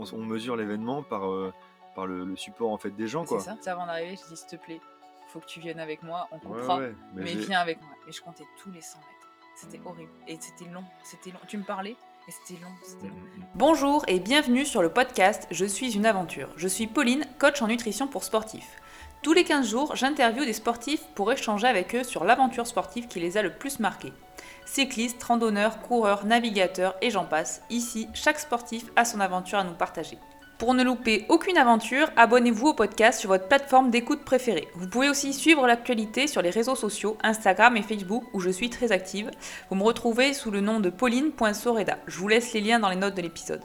On mesure l'événement par le support en fait des gens, C'est quoi. ça. Avant d'arriver, je dis s'il te plaît, faut que tu viennes avec moi, on Ouais, coupera, ouais, mais viens avec moi. Et je comptais tous les 100 mètres. C'était horrible. Et c'était long. Tu me parlais, et c'était long. Bonjour et bienvenue sur le podcast Je suis une aventure. Je suis Pauline, coach en nutrition pour sportifs. Tous les 15 jours, j'interviewe des sportifs pour échanger avec eux sur l'aventure sportive qui les a le plus marqués. Cyclistes, randonneurs, coureurs, navigateurs et j'en passe. Ici, chaque sportif a son aventure à nous partager. Pour ne louper aucune aventure, abonnez-vous au podcast sur votre plateforme d'écoute préférée. Vous pouvez aussi suivre l'actualité sur les réseaux sociaux, Instagram et Facebook, où je suis très active. Vous me retrouvez sous le nom de pauline.soreda. Je vous laisse les liens dans les notes de l'épisode.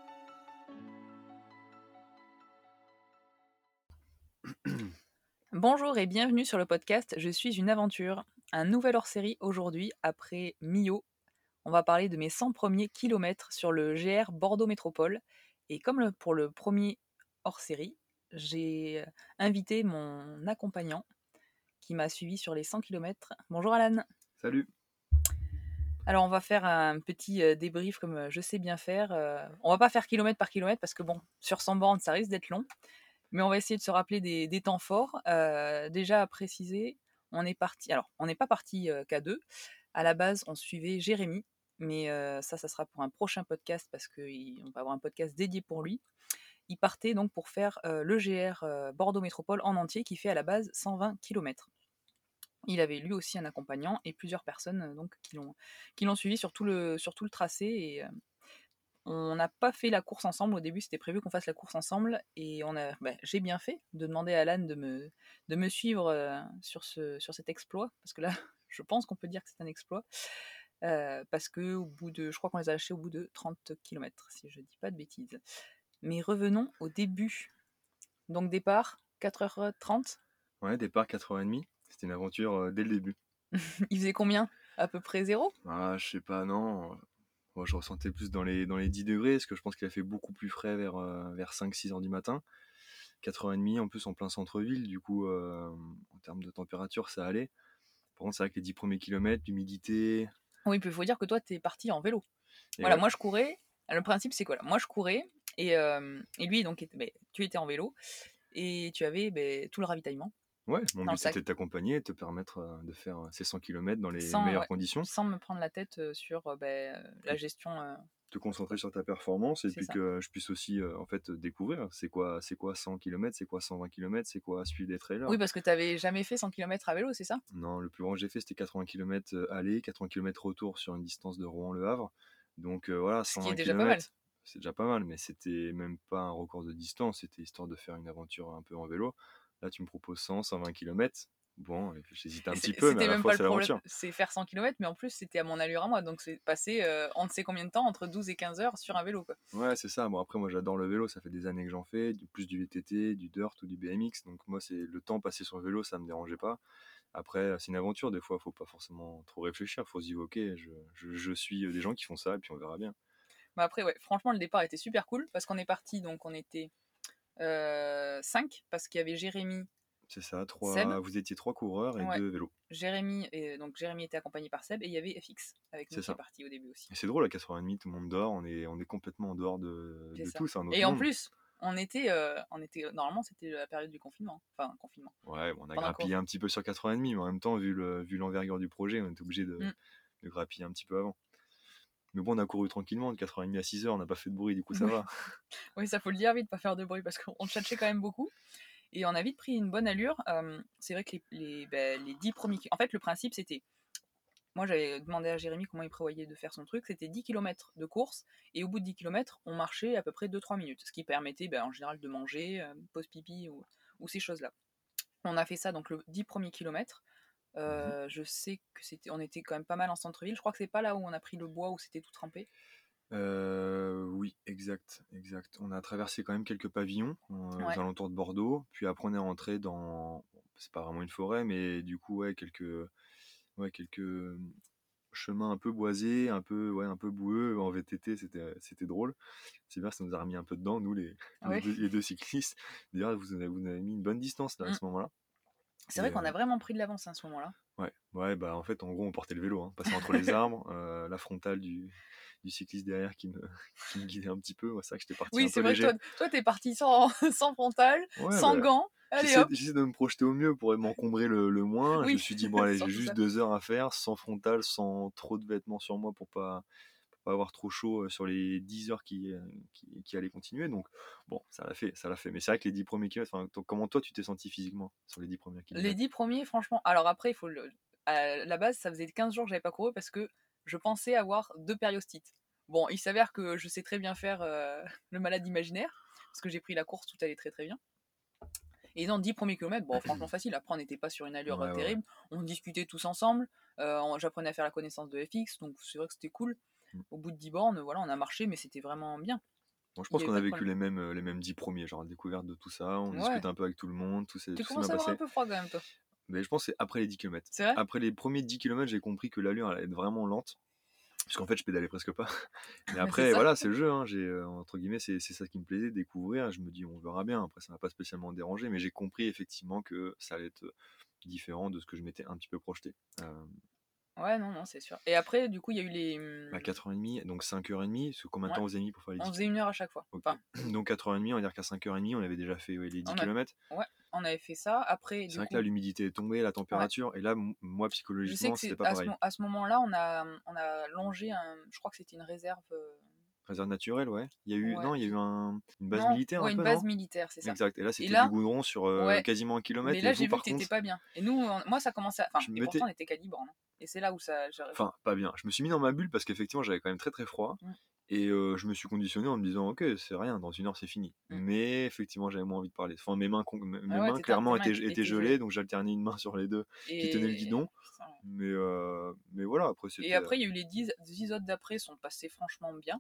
Bonjour et bienvenue sur le podcast Je suis une aventure. Un nouvel hors-série aujourd'hui après Millau. On va parler de mes 100 premiers kilomètres sur le GR Bordeaux Métropole. Et comme pour le premier hors-série, j'ai invité mon accompagnant qui m'a suivi sur les 100 km. Bonjour Alan. Salut. Alors on va faire un petit débrief comme je sais bien faire. On va pas faire kilomètre par kilomètre parce que bon, sur 100 bornes ça risque d'être long. Mais on va essayer de se rappeler des temps forts. Déjà à préciser, on est parti. Alors on n'est pas parti qu'à deux. À la base on suivait Jérémy. Mais ça sera pour un prochain podcast parce qu'on va avoir un podcast dédié pour lui. Il partait donc pour faire le GR Bordeaux Métropole en entier qui fait à la base 120 km. Il avait lui aussi un accompagnant et plusieurs personnes donc, qui l'ont suivi sur tout le tracé. Et on n'a pas fait la course ensemble. Au début, c'était prévu qu'on fasse la course ensemble. Et j'ai bien fait de demander à Alan de me suivre sur cet exploit. Parce que là, je pense qu'on peut dire que c'est un exploit. Parce que je crois qu'on les a lâchés au bout de 30 km, si je dis pas de bêtises. Mais revenons au début. Donc départ, 4h30. Ouais, départ 4h30. C'était une aventure dès le début. Il faisait combien ? À peu près 0 ? Ah, je sais pas, non. Moi, je ressentais plus dans les 10 degrés, parce que je pense qu'il a fait beaucoup plus frais vers 5-6 heures du matin. 4h30, en plus en plein centre-ville, du coup, en termes de température, ça allait. Par contre, c'est vrai que les 10 premiers kilomètres, l'humidité. Oui, puis il faut dire que toi, t'es parti en vélo. Et Voilà, ouais. moi je courais. Le principe, c'est quoi là ? Moi je courais et lui, donc, tu étais en vélo et tu avais tout le ravitaillement Ouais, mon dans but le sac, c'était de t'accompagner et de te permettre de faire ces 100 km dans les sans, meilleures ouais, conditions. sans me prendre la tête sur la gestion. Te concentrer sur ta performance et C'est puis ça. que je puisse aussi en fait découvrir c'est quoi 100 km, c'est quoi 120 km, c'est quoi suivre des trailers. Oui, parce que t'avais jamais fait 100 km à vélo, c'est ça ? Non, le plus grand que j'ai fait c'était 80 km aller, 80 km retour sur une distance de Rouen-Le Havre. Donc voilà, Ce qui est 120 déjà pas mal. km, c'est déjà pas mal, mais c'était même pas un record de distance, c'était histoire de faire une aventure un peu en vélo. Là, tu me proposes 120 km. Bon, j'hésite un petit peu, mais à C'était la même fois pas le c'est problème, l'aventure. c'est faire 100 km, mais en plus c'était à mon allure à moi, donc c'est passé on ne sait combien de temps, entre 12 et 15 heures sur un vélo, quoi. Ouais, c'est ça. Bon, après, moi, j'adore le vélo. Ça fait des années que j'en fais, plus du VTT, du dirt ou du BMX. Donc, moi, c'est le temps passé sur le vélo, ça me dérangeait pas. Après, c'est une aventure. Des fois, faut pas forcément trop réfléchir. Faut se dire, ok, je suis des gens qui font ça et puis on verra bien. Mais après, ouais, franchement, le départ était super cool parce qu'on est parti, donc on était 5 parce qu'il y avait Jérémy, C'est ça. Seb. Vous étiez 3 coureurs et Ouais. 2 vélos. Jérémy était accompagné par Seb et il y avait FX avec nous C'est qui est ça. parti au début aussi. Et c'est drôle, à 4h30, tout le monde dort. On est complètement en dehors C'est de ça. tout. C'est un autre Et en monde. plus, on était normalement c'était la période du confinement. Enfin, confinement. Ouais, bon, on a Pendant le grappillé un petit peu sur 4h30, mais en même temps, vu l'envergure du projet, on est obligé Mm. de grappiller un petit peu avant. Mais bon, on a couru tranquillement, de 4h30 à 6h, on n'a pas fait de bruit, du coup ça va. Oui, ça faut le dire vite, pas faire de bruit parce qu'on tchatchait quand même beaucoup. Et on a vite pris une bonne allure. C'est vrai que les 10 premiers. En fait, le principe, c'était. Moi, j'avais demandé à Jérémy comment il prévoyait de faire son truc. C'était 10 km de course. Et au bout de 10 km, on marchait à peu près 2-3 minutes. Ce qui permettait, en général, de manger, pause pipi ou ces choses-là. On a fait ça, donc, le 10 premiers kilomètres. Je sais que on était quand même pas mal en centre-ville. Je crois que c'est pas là où on a pris le bois où c'était tout trempé. Oui, exact. On a traversé quand même quelques pavillons Ouais. aux alentours de Bordeaux, puis après on est rentré dans, bon, c'est pas vraiment une forêt, mais du coup quelques chemins un peu boisés, un peu boueux en VTT, c'était drôle. C'est bien, ça nous a remis un peu dedans, nous Ouais. les deux cyclistes. D'ailleurs, vous avez mis une bonne distance là à Mm. ce moment-là. C'est vrai Et qu'on a vraiment pris de l'avance à ce moment-là. ouais, bah en fait en gros on portait le vélo, hein, passé entre les arbres, la frontale du cycliste derrière qui me guidait un petit peu. Ouais, c'est vrai que j'étais parti Oui, un c'est peu vrai que toi, léger. toi t'es parti sans, sans frontal, Ouais, sans bah, gants. Allez hop. j'essaie de me projeter au mieux pour m'encombrer le moins. Je me Oui, suis dit, bon, allez, j'ai surtout juste ça. 2 heures à faire, sans frontal, sans trop de vêtements sur moi pour pas avoir trop chaud sur les 10 heures qui allaient continuer. Donc, bon, ça l'a fait, ça l'a fait. Mais c'est vrai que les 10 premiers kilomètres, enfin, comment toi tu t'es senti physiquement sur les 10 premiers Les kilomètres? 10 premiers, franchement. Alors après, il faut le. À la base, ça faisait 15 jours que j'avais pas couru parce que je pensais avoir 2 périostites. Bon, il s'avère que je sais très bien faire le malade imaginaire parce que j'ai pris la course, tout allait très très bien. Et dans 10 premiers kilomètres, bon, franchement facile. Après, on n'était pas sur une allure Ouais, ouais, ouais. terrible. On discutait tous ensemble. J'apprenais à faire la connaissance de FX, donc c'est vrai que c'était cool. Mm. Au bout de 10 bornes, voilà, on a marché, mais c'était vraiment bien. Bon, je Il pense n'y avait qu'on a pas de vécu problème. les mêmes 10 premiers, genre la découverte de tout ça. On discute Ouais. un peu avec tout le monde, Tu tout s'est bien commences à avoir un passé. peu froid quand même, toi. Mais je pense que c'est après les 10 kilomètres. C'est vrai? Après les premiers 10 kilomètres, j'ai compris que l'allure allait être vraiment lente. Parce qu'en fait, je pédalais presque pas. Mais Mais c'est après, ça. voilà, c'est le jeu. Hein. Entre guillemets, c'est ça qui me plaisait, découvrir. Je me dis, on verra bien. Après, ça m'a pas spécialement dérangé. Mais j'ai compris effectivement que ça allait être différent de ce que je m'étais un petit peu projeté. Ouais, non, non, c'est sûr. Et après, du coup, il y a eu les. Bah, 4h30, donc 5h30. Parce que combien de Ouais, temps vous avez mis pour faire les on 10 faisait kilomètres? 1 heure à chaque fois. Ok. Enfin, Donc 4h30, on va dire qu'à 5h30, on avait déjà fait ouais, les 10 on a. kilomètres. Ouais, on avait fait ça. Après, C'est du vrai que là, coup, l'humidité est tombée, la ouais. température. Et là, moi, Je sais psychologiquement, que c'était c'est pas pareil. à ce moment-là, on a longé un. Je crois que c'était une réserve. Réserve naturelle, ouais. Il y a eu, Ouais. non, il y a eu une base Non, militaire un ouais, une peu, base non? militaire, c'est ça. Exact. Et là, Et c'était du là, goudron sur ouais. quasiment un Mais kilomètre. Et là, vous, j'ai vu par que t'étais contre, pas bien. Et nous, moi, ça commençait à. Enfin, je me et pourtant, mettais. on était qu'à 10 bornes. Et c'est là où ça. Enfin, pas bien. Je me suis mis dans ma bulle parce qu'effectivement, j'avais quand même très très froid. Mm, Et je me suis conditionné en me disant, ok, c'est rien, dans 1 heure, c'est fini. mm. Mais effectivement, j'avais moins envie de parler. Enfin, Ah mes ouais, mains clairement tes mains étaient étaient gelées, gelées. donc j'alternais une main sur les deux qui tenait le Et. guidon. Putain, ouais. Mais voilà, après, Et c'était. après, il y a eu les 10 autres d'après, sont passés franchement bien.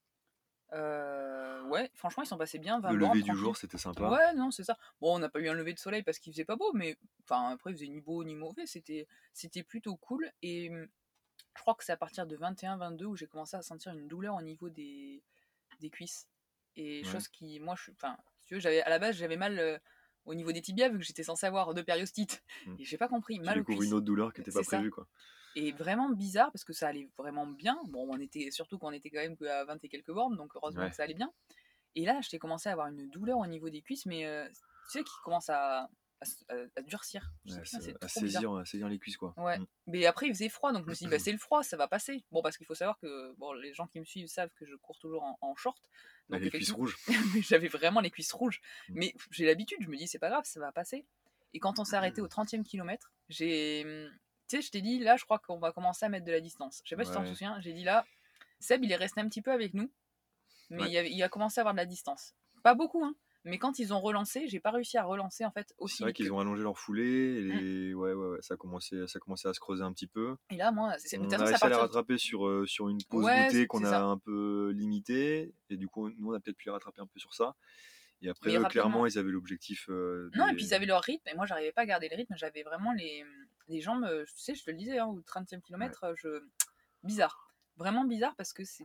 Ouais, franchement, ils sont passés bien, 20 Le bornes, lever du tranquille. jour, c'était sympa. Ouais, non, c'est ça. Bon, on n'a pas eu un lever de soleil parce qu'il faisait pas beau, mais enfin, après, il faisait ni beau ni mauvais. C'était plutôt cool. Et je crois que c'est à partir de 21-22 où j'ai commencé à sentir une douleur au niveau des cuisses. Et Ouais. chose qui, moi, enfin, si tu veux, à la base, j'avais mal au niveau des tibias vu que j'étais censé avoir 2 périostites. Mm. Et j'ai pas compris, Tu mal aux découvres une cuisses. autre douleur qui n'était C'est pas ça. prévue, quoi. Et vraiment bizarre parce que ça allait vraiment bien. Bon, surtout qu'on était quand même qu'à 20 et quelques bornes, donc heureusement Ouais. que ça allait bien. Et là, j'ai commencé à avoir une douleur au niveau des cuisses, mais tu sais, qui commence à durcir. Je dis, Ouais, putain, c'est à trop bizarre. saisir les cuisses, quoi. Ouais. Mm. Mais après, il faisait froid, donc je me suis dit, bah, c'est le froid, ça va passer. Bon, parce qu'il faut savoir que bon, les gens qui me suivent savent que je cours toujours en short. Bah, Donc les cuisses effectivement, rouges. mais j'avais vraiment les cuisses rouges. Mm. Mais j'ai l'habitude, je me dis, c'est pas grave, ça va passer. Et quand on s'est arrêté au 30e kilomètre, tu sais, je t'ai dit, là, je crois qu'on va commencer à mettre de la distance. Je sais pas si tu t'en Ouais. souviens, j'ai dit là, Seb, il est resté un petit peu avec nous, mais Ouais. il a commencé à avoir de la distance. Pas beaucoup, hein. Mais quand ils ont relancé, j'ai pas réussi à relancer en fait C'est aussi vrai vite qu'ils qu'eux. ont allongé leur foulée Mm. ouais, ouais, ouais, ça commençait à se creuser un petit peu. Et là, moi, de toute On a façon, c'est à réussi à les partir. rattraper sur une pause Ouais, goûter qu'on c'est a ça. un peu limitée. Et du coup, nous, on a peut-être pu les rattraper un peu sur ça. Et après, Mais eux, rapidement. clairement, ils avaient l'objectif Non, et puis ils avaient leur rythme, et moi, j'arrivais pas à garder le rythme. J'avais vraiment les jambes, tu sais, je te le disais, hein, au 30e Ouais. kilomètre, bizarre. Vraiment bizarre parce que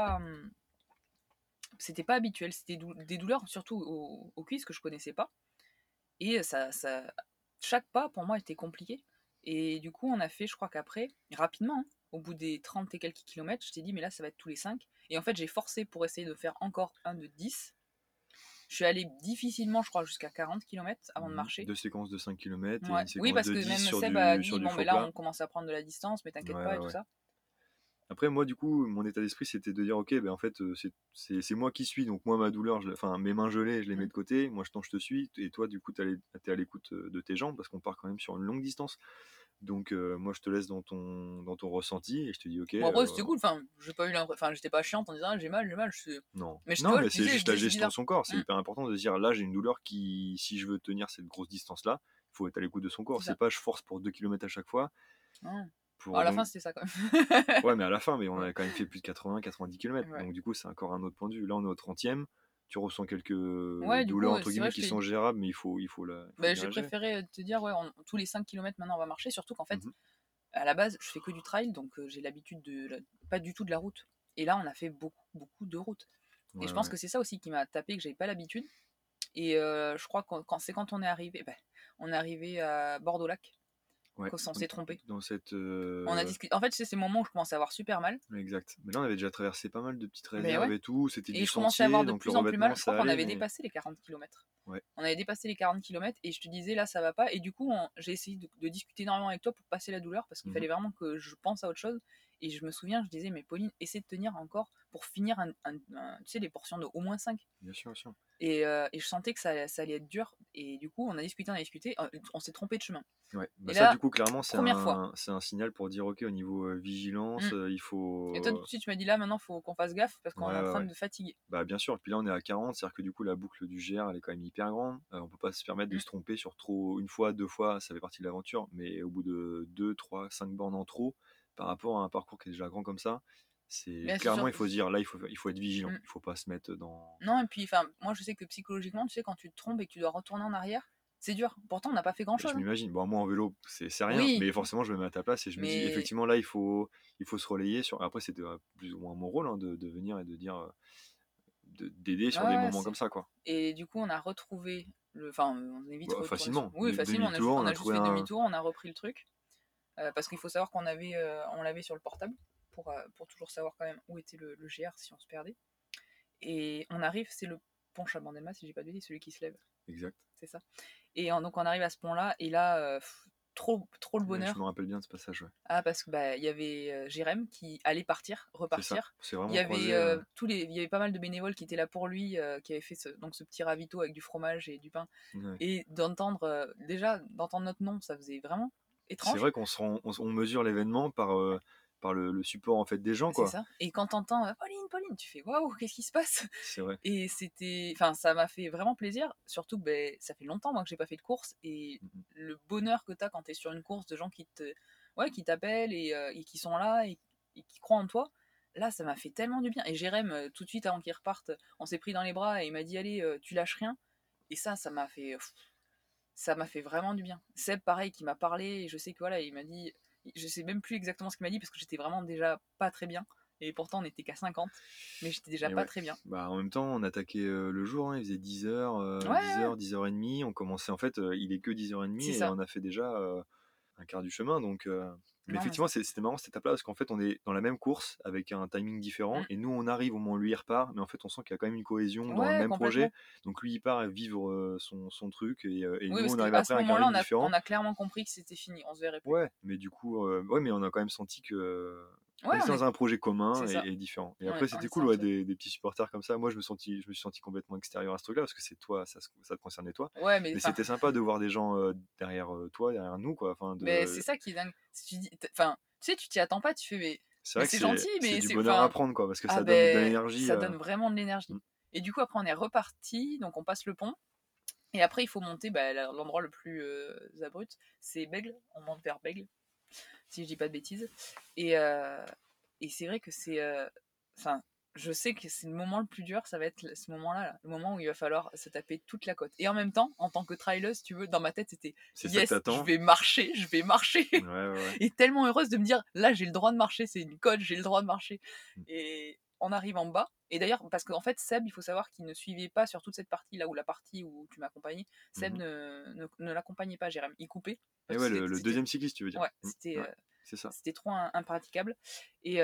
c'était pas habituel. C'était des douleurs, surtout aux cuisses, que je connaissais pas. Et chaque pas, pour moi, était compliqué. Et du coup, on a fait, je crois qu'après, rapidement, hein, au bout des 30 et quelques kilomètres, je t'ai dit, mais là, ça va être tous les 5. Et en fait, j'ai forcé pour essayer de faire encore un de 10. Je suis allée difficilement, je crois, jusqu'à 40 kilomètres avant de marcher. Deux séquences de 5 kilomètres et Ouais. une Oui, séquence parce de que 10 même Seb a sur dit, du bon, mais faux là, plat. on commence à prendre de la distance, mais Ouais, t'inquiète ouais, pas, et tout ouais. ça. Après, moi, du coup, mon état d'esprit, c'était de dire, ok, ben, en fait, c'est moi qui suis, donc moi, ma douleur, enfin, mes mains gelées, je les mets Mm. de côté, moi, je te suis, et toi, du coup, t'es à l'écoute de tes jambes, parce qu'on part quand même sur une longue distance. Donc, moi, je te laisse dans ton ressenti, et je te dis, ok, Bon, après, c'était cool. Enfin, j'ai pas eu l'impression. Enfin, j'étais pas chiante en disant, ah, j'ai mal, j'ai mal. non. Mais tu Non, vois, mais je c'est disais, juste la c'est gestion de bizarre. son corps, c'est Mm. hyper important de se dire, là, j'ai une douleur qui, si je veux tenir cette grosse distance-là, il faut être à l'écoute de son corps. C'est C'est ça. pas je force pour 2 kilomètres à chaque fois, Mm. Bon, à pour la fin, donc c'était ça quand même. ouais, mais à la fin, mais on a quand même fait plus de 80-90 kilomètres. Ouais. Donc du coup, c'est encore un autre point de vue. Là, on est au 30e. Tu ressens quelques Ouais, du douleurs, coup, entre c'est guillemets, vrai, je qui t'ai. sont gérables, mais il faut Bah, bien j'ai la gérer. préféré te dire, ouais, tous les 5 kilomètres maintenant on va marcher, surtout qu'en fait, Mhm. à la base, je fais que du trail, donc j'ai l'habitude pas du tout de la route. Et là, on a fait beaucoup, beaucoup de route. Et Ouais, je pense ouais. que c'est ça aussi qui m'a tapé, que j'avais pas l'habitude. Et je crois que quand on est arrivé, on est arrivé à Bordeaux-Lac. Ouais, qu'on s'est trompé. dans cette. On a discuté. En fait, c'est ces moments où je commençais à avoir super mal. Exact. Mais là, on avait déjà traversé pas mal de petites Mais réserves ouais. et tout. C'était Et du je commençais à avoir sentier, de donc le plus en plus mal. revêtement, Je crois ça qu'on allait, avait mais dépassé les 40 kilomètres. ouais. On avait dépassé les 40 kilomètres et je te disais là ça va pas. Et du coup, j'ai essayé de discuter énormément avec toi pour passer la douleur parce qu'il Mhm. fallait vraiment que je pense à autre chose. Et je me souviens, je disais, mais Pauline, essaie de tenir encore pour finir tu sais, les portions de au moins 5. Bien sûr, bien sûr. Et je sentais que ça allait être dur. Et du coup, on a discuté, on s'est trompé de chemin. Ouais. Bah Et ça, du là, coup, clairement, première fois. c'est un signal pour dire, ok, au niveau vigilance, Mm. il faut. Et toi, tout de suite, tu m'as dit là, maintenant, faut qu'on fasse gaffe parce qu'on Ouais, est en ouais, train ouais. de fatiguer. Bah bien sûr, et puis là on est à 40, c'est-à-dire que du coup la boucle du GR elle est quand même hyper grande. On peut pas se permettre de Mm. se tromper sur trop une fois, deux fois, ça fait partie de l'aventure, mais au bout de 2, 3, 5 bornes en trop, par rapport à un parcours qui est déjà grand comme ça, c'est Mais c'est clairement sûr. il faut se dire là il faut être vigilant, Mm. il faut pas se mettre dans. Non, et puis, enfin, moi, je sais que psychologiquement, tu sais, quand tu te trompes et que tu dois retourner en arrière, c'est dur. Pourtant, on n'a pas fait Mais je grand-chose, hein. m'imagine, bon moi en vélo c'est rien, Oui, mais forcément je me mets à ta place et je me dis mais effectivement là il faut se relayer sur. Après c'était plus ou moins mon rôle hein, de venir et de dire d'aider ouais, sur des ouais, moments comme ça quoi. Et du coup, on a retrouvé Enfin, on est vite Bah, retourné sur. facilement, Oui, facilement, demi-tour, on on a a juste trouvé fait un. demi-tour, on a repris le truc. Parce qu'il faut savoir on l'avait sur le portable pour toujours savoir quand même où était le GR si on se perdait. Et on arrive, c'est le pont Chabandelmas, si j'ai pas de bêtises, celui qui se lève. Exact. C'est ça. Et donc on arrive à ce pont-là, et là, trop le Ouais, je me bonheur. rappelle bien de ce passage, ouais. Ah, parce que il y avait Jérém qui allait C'est ça, repartir. c'est Il vraiment y avait croisé. il y avait pas mal de bénévoles qui étaient là pour lui, qui avaient fait donc ce petit ravito avec du fromage et du pain. Ouais. Et d'entendre notre nom, ça faisait vraiment C'est étrange. vrai on mesure l'événement par le support en fait des gens, C'est quoi. ça. Et quand t'entends Pauline, Pauline, tu fais waouh, qu'est-ce qui se passe? C'est vrai. Et enfin, ça m'a fait vraiment plaisir. Surtout que ça fait longtemps moi que j'ai pas fait de course, et Mhm. le bonheur que t'as quand t'es sur une course de gens qui t'appellent et qui sont là et qui croient en toi. Là, ça m'a fait tellement du bien. Et Jérém, tout de suite avant qu'il reparte, on s'est pris dans les bras et il m'a dit allez, tu lâches rien. Et ça m'a fait vraiment du bien. Seb, pareil, qui m'a parlé, et je sais que voilà, il m'a dit, je sais même plus exactement ce qu'il m'a dit parce que j'étais vraiment déjà pas très bien. Et pourtant, on n'était qu'à 50, mais j'étais déjà Et pas ouais. très bien. Bah, en même temps, on attaquait le jour, hein, il faisait 10h, Ouais, ouais, 10h30. On commençait en fait, il est que 10h30 c'est et ça. on a fait déjà un quart du chemin. Donc, mais Non, mais effectivement, c'était marrant cette étape-là parce qu'en fait, on est dans la même course avec un timing différent mm. et nous, on arrive au moment où lui il repart, mais en fait, on sent qu'il y a quand même une cohésion dans le Ouais, même projet. complètement. Donc, lui, il part vivre son truc et Oui, nous, parce on qu' arrive à ce après avec un moment-là, rythme différent. on a clairement compris que c'était fini, on se verrait plus. Ouais, mais du coup, ouais, mais on a quand même senti que Ouais, on était dans un projet commun c'est ça. et différent. Et On après, est, on c'était est cool, ouais, sorti. des petits supporters comme ça. Moi, je me suis senti complètement extérieur à ce truc-là parce que c'est toi, ça te concernait toi. Ouais, mais Mais enfin, c'était sympa de voir des gens derrière toi, derrière nous, quoi. Enfin, mais c'est ça qui est dingue. Si tu dis, enfin, tu sais, tu t'y attends pas, tu fais, c'est mais vrai que c'est gentil, c'est mais du c'est, bonheur à enfin, prendre, quoi, parce que ah ça donne de ben, l'énergie. ça donne vraiment de l'énergie. Mm. Et du coup, après, on est reparti, donc on passe le pont. Et après, il faut monter l'endroit le plus abrupt, c'est Bègle. On monte vers Bègle, si je dis pas de bêtises. Et, euh, et c'est vrai que enfin, je sais que c'est le moment le plus dur, ça va être ce moment-là, là, le moment où il va falloir se taper toute la côte. Et en même temps, en tant que trailer, si tu veux, dans ma tête, c'était C'est ça que yes, je t'attends. vais marcher, je vais marcher. Ouais, ouais, ouais. Et tellement heureuse de me dire là, j'ai le droit de marcher, c'est une côte, j'ai le droit de marcher. Mm. Et on arrive en bas. Et d'ailleurs, parce qu'en fait, Seb, il faut savoir qu'il ne suivait pas sur toute cette partie là où la partie où tu m'accompagnais. Seb Mhm. ne l'accompagnait pas, Jérém. Il coupait. Et Parce ouais, que le deuxième cycliste, tu veux dire. ouais, Mm. Ouais, c'est ça. c'était trop impraticable. Et,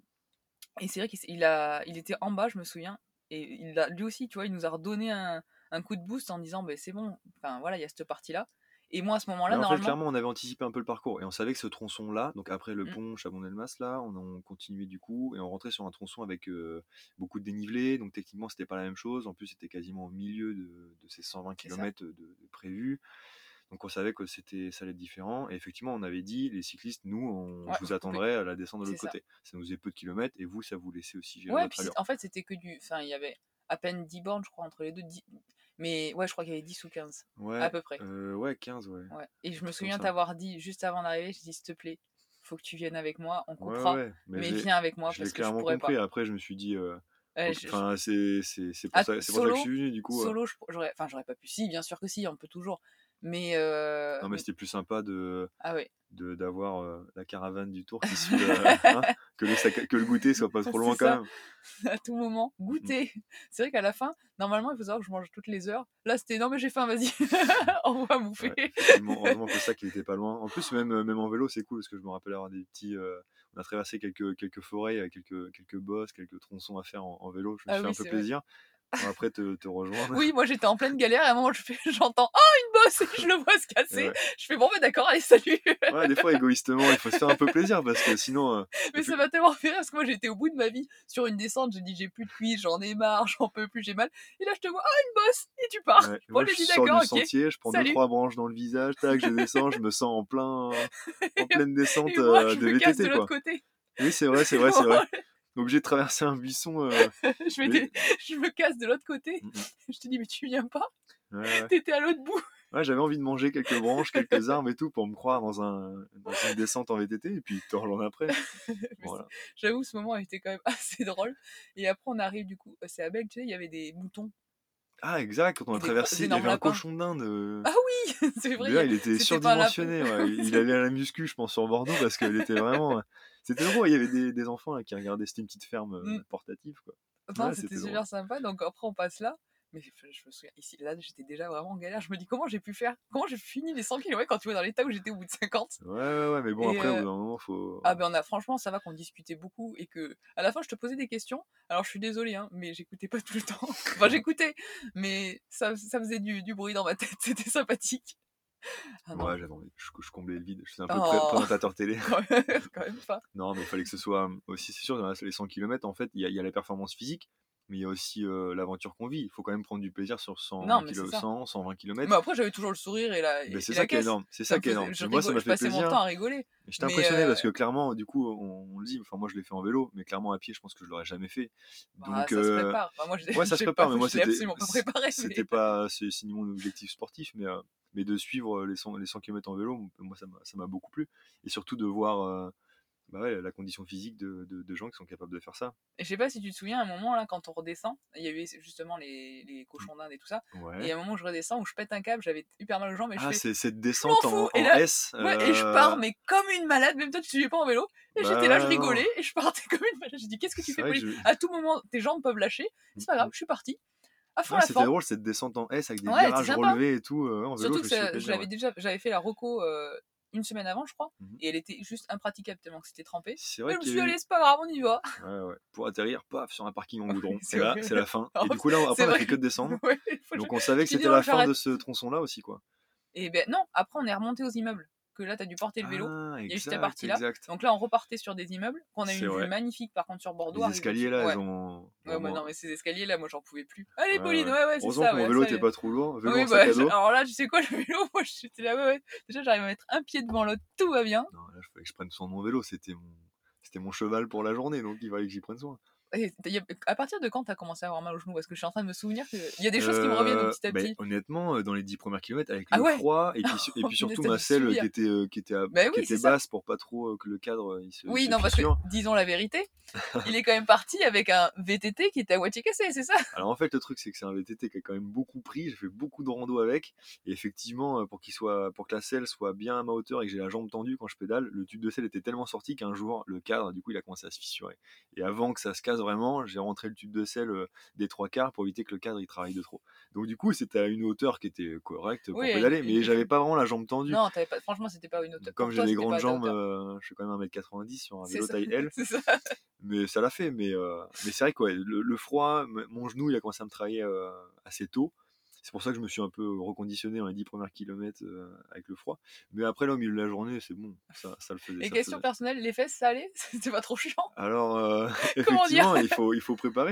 c'est vrai il était en bas, je me souviens. Et lui aussi, tu vois, il nous a redonné un coup de boost en disant, ben c'est bon, enfin voilà, il y a cette partie-là. Et moi, à ce moment-là, Mais en fait, normalement, clairement, on avait anticipé un peu le parcours et on savait que ce tronçon-là, donc après le mm, pont Chabon-Delmas, là, on continuait du coup et on rentrait sur un tronçon avec beaucoup de dénivelé, donc techniquement, c'était pas la même chose. En plus, c'était quasiment au milieu de ces 120 c'est ça. km de prévus, donc on savait que ça allait être différent. Et effectivement, on avait dit, les cyclistes, nous, Ouais, je vous vous coupez. attendrai à la descente de C'est l'autre ça. côté. Ça nous faisait peu de kilomètres et vous, ça vous laissait aussi gérer Ouais, votre puis allure. en fait, c'était que enfin, il y avait à peine 10 bornes, je crois, entre les deux. Mais ouais, je crois qu'il y avait 10 ou 15, à Ouais, peu près. ouais, 15, ouais, Ouais. Et un je me truc comme souviens ça. t'avoir dit, juste avant d'arriver, je dis, s'il te plaît, faut que tu viennes avec moi, on Ouais, coupera, ouais, mais mais viens avec moi je l'ai parce que je clairement pourrais compris. pas. Après, je me suis dit, Ouais, enfin, c'est pour Ah, ça, c'est pour ça que je solo, suis venu, du coup. j'aurais pas pu. Si, bien sûr que si, on peut toujours. Mais, Non, mais c'était plus sympa ah ouais. d'avoir la caravane du tour qui suit hein, que le goûter soit pas trop C'est loin quand ça, même. à tout moment, Mm, mm. goûter. C'est vrai qu'à la fin, normalement, il faut savoir que je mange toutes les heures. Là, c'était: «Non mais j'ai faim, vas-y, envoie à bouffer». Ouais, effectivement, heureusement que le sac il était pas loin. En plus, même en vélo, c'est cool parce que je me rappelle avoir des petits. On a traversé quelques forêts, quelques bosses, quelques tronçons à faire en vélo. Je me Ah suis fait oui, un peu c'est vrai. plaisir pour après te rejoindre. Oui, moi j'étais en pleine galère et à un moment j'entends: «Oh une bosse!» et je le vois se Et casser. ouais. Je fais: «Bon bah d'accord, allez salut!» Ouais, des fois, égoïstement, il faut se faire un peu plaisir parce que sinon. Mais ça m'a tellement fait rire parce que moi j'étais au bout de ma vie sur une descente, j'ai dit: «J'ai plus de cuisses, j'en ai marre, j'en peux plus, j'ai mal» et là je te vois: «Ah une bosse!» et tu pars. Ouais, Bon, moi je j'ai dit: sors du «D'accord, OK, sentier, je prends deux salut» trois branches dans le visage, tac, je descends, je me sens en pleine descente et moi je de me casse de VTT l'autre quoi. côté. Oui, c'est vrai, c'est vrai, c'est vrai. Obligé de traverser un buisson. Je Mais je me casse de l'autre côté. Mm, mm. Je te dis: «Mais tu viens pas? Ouais, ouais. T'étais à l'autre bout». Ouais, j'avais envie de manger quelques branches, quelques arbres et tout pour me croire dans une descente en VTT et puis te rejoindre après. Mais Voilà. j'avoue ce moment a été quand même assez drôle et après on arrive du coup, c'est à Bègle, tu sais, il y avait des moutons Ah, exact, quand on a et des gros traversé, il y énormes avait un lapins. cochon d'Inde. Ah oui! C'est vrai, Mais là, il était c'était pas un lapin. surdimensionné. Ouais. Il allait à la muscu, je pense, sur Bordeaux parce qu'il était vraiment. C'était drôle, il y avait des enfants là, qui regardaient, c'était une petite ferme Mmh. portative, quoi. Non, Ouais, c'était c'était drôle. super sympa. Donc après, on passe là. Mais je me souviens, ici, là, j'étais déjà vraiment en galère. Je me dis, comment j'ai pu faire? Comment j'ai fini les 100 kilomètres quand tu vois dans l'état où j'étais au bout de 50? Ouais, ouais, ouais, mais bon, Et après, au bout d'un moment, faut. ah ben on a franchement, ça va qu'on discutait beaucoup et que à la fin, je te posais des questions. Alors, je suis désolée, hein, mais j'écoutais pas tout le temps. Enfin, j'écoutais, mais ça faisait du bruit dans ma tête. C'était sympathique. Ah non. Ouais, j'avais envie, je comblais le vide. Je suis un peu Oh, présentateur télé. quand même pas. Non, mais il fallait que ce soit aussi, c'est sûr, dans les 100 kilomètres en fait, il y a la performance physique, mais il y a aussi l'aventure qu'on vit. Il faut quand même prendre du plaisir sur Non, mais c'est ça. 120 Mais kilomètres. après, j'avais toujours le sourire et Ben, c'est la ça qui est caisse. énorme. C'est Ça ça me qui est faisait, énorme. Mais moi, ça m'a je fait passais mon plaisir. temps à rigoler. Et j'étais Mais impressionné parce que clairement, du coup, on le dit, enfin, moi, je l'ai fait en vélo, mais clairement, à pied, je pense que je l'aurais jamais fait. bah, Donc, ça se prépare. Enfin, moi, ouais, ça se j'ai pas, prépare, mais moi, je l'ai absolument pas préparé. c'était Mais... pas, c'est ni mon objectif sportif, mais de suivre les 100 km en vélo, moi, ça m'a beaucoup plu. Et surtout de voir bah ouais, la condition physique de gens qui sont capables de faire ça. Et je sais pas si tu te souviens, à un moment, là, quand on redescend, il y avait justement les cochons d'Inde et tout ça. Et il y Ouais. a un moment où je redescends, où je pète un câble, j'avais hyper mal aux jambes et je Ah, fais, c'est cette je m'en descente fous! Et en là, S. ouais, et je pars, mais comme une malade, même toi, tu suivais pas en vélo. Et Bah j'étais là, je ouais, non. rigolais, et je partais comme une malade. J'ai dit, qu'est-ce que tu C'est fais, vrai que Pauline? je. À tout moment, tes jambes peuvent lâcher. Mm, C'est pas grave, mm. je suis partie. À fond Ouais, la c'était forme. drôle cette descente en S avec des Ouais, c'était virages sympa. relevés et tout. Ouais, en vélo, Surtout je que me suis fait plaisir, ouais. j'avais fait la reco une semaine avant, je crois, Mhm. et elle était juste impraticable tellement que c'était trempé. C'est Mais vrai je me qu'il suis y a dit, allez, eu. c'est pas grave, on y va. Ouais, ouais. Pour atterrir, paf, sur un parking en Oui, goudron. Et c'est là, vrai. c'est la fin. Et Alors, du coup, là, après, c'est on a vrai. fait que de descendre. Ouais, Donc, on savait je que t'ai dit, c'était non, la fin de j'arrête. ce tronçon-là aussi, quoi. Et ben non, après, on est remonté aux immeubles. Que là, t'as dû porter le vélo. Ah, Il y a eu cette exact, partie-là. exact. Donc là, on repartait sur des immeubles, qu'on a eu C'est une vue vrai. magnifique, par contre, sur Bordeaux, Les arrivé escaliers, au-dessus. là, Ouais. elles ont Ouais, moi, vraiment. non, mais ces escaliers-là, moi, j'en pouvais plus. Allez, Ouais, Pauline, ouais. ouais, ouais, c'est Heureusement ça, que mon ouais, vélo ça y était est. pas trop lourd. Vélo Oui, en sac bah, à dos. alors là, tu sais quoi, le vélo, moi, j'étais là, ouais, ouais. Déjà, j'arrive à mettre un pied devant l'autre, tout va bien. Non, là, il fallait que je prenne soin de mon vélo. C'était mon cheval pour la journée, donc il fallait que j'y prenne soin. Et à partir de quand t'as commencé à avoir mal aux genoux? Parce que je suis en train de me souvenir qu'il y a des choses qui me reviennent au petit à Bah, petit. honnêtement, dans les 10 premiers kilomètres, avec Ah le ouais? froid, et Oh puis punaise, surtout t'as ma dû selle subir. Ben qui oui, était c'est ça. basse pour pas trop que le cadre il Oui, se non, parce que, fissure. disons la vérité, il est quand même parti avec un VTT qui était à moitié cassé, c'est ça? Alors en fait, le truc, c'est que c'est un VTT qui a quand même beaucoup pris. J'ai fait beaucoup de rando avec. Et effectivement, pour que la selle soit bien à ma hauteur et que j'ai la jambe tendue quand je pédale, le tube de selle était tellement sorti qu'un jour, le cadre, du coup, il a commencé à se fissurer. Et avant que ça se casse vraiment, j'ai rentré le tube de selle des trois quarts pour éviter que le cadre il travaille de trop. Donc du coup, c'était à une hauteur qui était correcte Oui, pour pédaler, mais il faut... j'avais pas vraiment la jambe tendue. Non, t'avais pas... franchement, c'était pas une hauteur. Donc, comme Pour j'ai toi, des c'était pas grandes à ta jambes, hauteur. je fais quand même 1m90 sur un C'est vélo ça, taille L. c'est ça. Mais ça l'a fait. Mais c'est vrai que ouais, le froid, mon genou, il a commencé à me travailler assez tôt. C'est pour ça que je me suis un peu reconditionné dans les 10 premiers kilomètres avec le froid. Mais après, là, au milieu de la journée, c'est bon. Ça le faisait, Et ça le question faisait. personnelle, les fesses, ça allait? C'était pas trop chiant? Alors, Comment dire? effectivement, il faut préparer.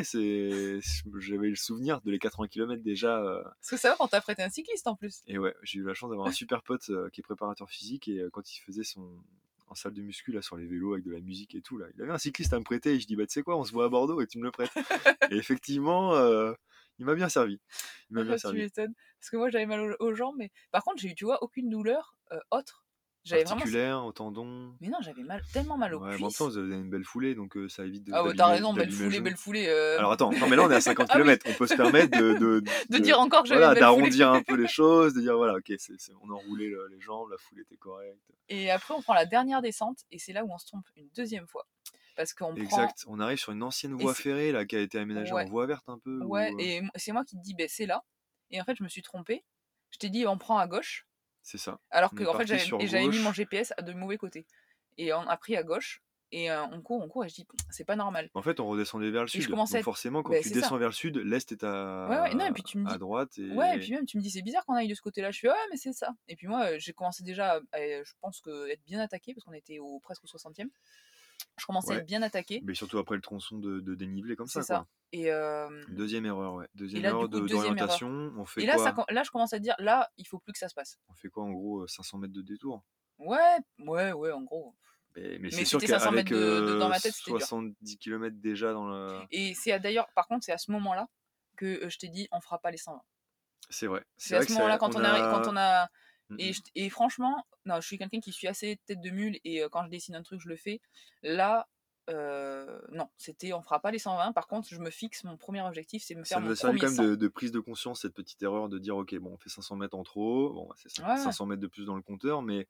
J'avais le souvenir de les 80 kilomètres déjà. Parce que ça va quand t'as prêté un cycliste en plus. Et ouais, j'ai eu la chance d'avoir un super pote qui est préparateur physique. Et quand il faisait en salle de muscu là, sur les vélos avec de la musique et tout, là, il avait un cycliste à me prêter. Et je dis, bah, tu sais quoi, on se voit à Bordeaux et tu me le prêtes. Et effectivement, il m'a bien servi. Il m'a bien Tu servi. m'étonnes. Parce que moi, j'avais mal aux jambes, mais par contre, j'ai eu, tu vois, aucune douleur autre. J'avais vraiment articulaires, au tendon? mais non, j'avais tellement mal aux Ouais, mais en même temps, cuisses. vous avez une belle foulée, donc ça évite Ah ouais, tu raison, d'abîmer le genou. belle foulée, Alors attends, non mais là on est à 50 Ah oui! kilomètres, on peut se permettre De dire encore que j'avais une voilà, belle foulée. d'arrondir un peu les choses, de dire voilà, OK, on a enroulé les jambes, la foulée était correcte. Et après, on prend la dernière descente et c'est là où on se trompe une deuxième fois. Parce qu'on prend Exact, on arrive sur une ancienne et voie c'est ferrée là, qui a été aménagée en ouais, voie verte un peu ouais ou et c'est moi qui te dis: «Beh, c'est là» et en fait, je me suis trompée. Je t'ai dit: «On prend à gauche», c'est ça. alors On que est en fait, parti sur j'avais mis mon gauche. GPS de mauvais côté et on a pris à gauche et on court et je dis: «C'est pas normal» En fait, on redescendait vers le et je sud. commençais à Donc être forcément, quand beh, tu c'est ça. descends vers le sud, l'est est Ouais, ouais, non et puis tu me à dis droite ouais et et puis même tu me dis: «C'est bizarre qu'on aille de ce côté-là». Je fais: «Ouais, mais c'est ça» et puis moi, j'ai commencé déjà à je pense que être bien attaquée parce qu'on était presque au 60e. Je commençais à ouais, être bien attaquée, mais surtout après le tronçon de dénivelé comme c'est ça, ça quoi. et Deuxième erreur, ouais. et Deuxième là, du erreur coup, deuxième erreur d'orientation. On fait et là, quoi? là, je commence à dire: «Là, il faut plus que ça se passe». On fait quoi en gros, 500 mètres de détour? Ouais, ouais, ouais, en gros. Mais c'est Mais sûr c'était 500 qu'avec mètres dans ma tête, c'était dur 70 kilomètres déjà dans le. et c'est d'ailleurs, par contre, c'est à ce moment-là que, je t'ai dit: «On fera pas les 120». C'est vrai. C'est C'est à vrai ce que moment-là ça quand on quand a on a mmh mh. et franchement, non, je suis quelqu'un qui suis assez tête de mule et quand je dessine un truc, je le fais. Là, non, c'était on fera pas les 120. Par contre, je me fixe mon premier objectif, c'est de me faire Ça nous mon a servi premier quand même 100. de prise de conscience, cette petite erreur de dire: «OK, bon, on fait 500 mètres en trop, bon, bah, c'est Ouais, ouais, 500 mètres de plus dans le compteur, mais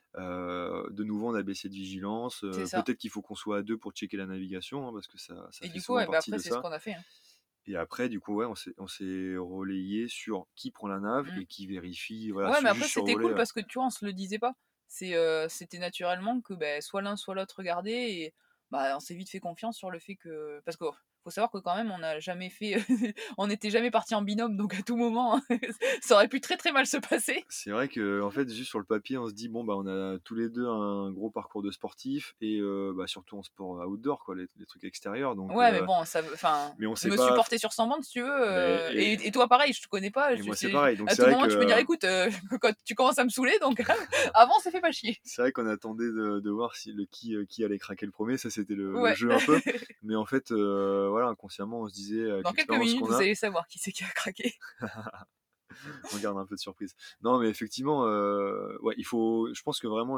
de nouveau, on a baissé de vigilance, c'est ça peut-être qu'il faut qu'on soit à 2 pour checker la navigation, hein, parce que ça et fait du coup, souvent ouais, bah, partie après, de c'est ce ça». qu'on a fait, hein. Et après, du coup, ouais, on s'est relayé sur qui prend la nave Mmh. et qui vérifie, voilà, Ouais, mais après juste c'était survoler, cool parce que, tu vois, on se le disait pas. C'était naturellement que, beh, soit l'un soit l'autre regardait et bah, on s'est vite fait confiance sur le fait que parce que faut savoir que quand même on n'a jamais fait on n'était jamais partis en binôme donc à tout moment, hein, ça aurait pu très, très mal se passer. C'est vrai que en fait, juste sur le papier, on se dit: «Bon, bah, on a tous les 2 un gros parcours de sportifs et bah, surtout en sport outdoor, quoi, les trucs extérieurs», donc Ouais, mais bon, ça veut enfin, mais on sait me pas supporter sur 100 bandes si tu veux, beh et toi pareil, je te connais pas, et je moi, c'est sais pareil, donc à c'est tout vrai moment tu peux dire: que «Écoute, quand tu commences à me saouler donc avant ça fait pas chier». c'est vrai qu'on attendait de voir si qui allait craquer le premier. Ça, c'était le Ouais. jeu un peu, mais en fait, voilà, inconsciemment, on se disait avec Dans quelques l'expérience minutes, qu'on vous a. allez savoir qui c'est qui a craqué. On garde un peu de surprise. Non, mais effectivement, ouais, je pense que vraiment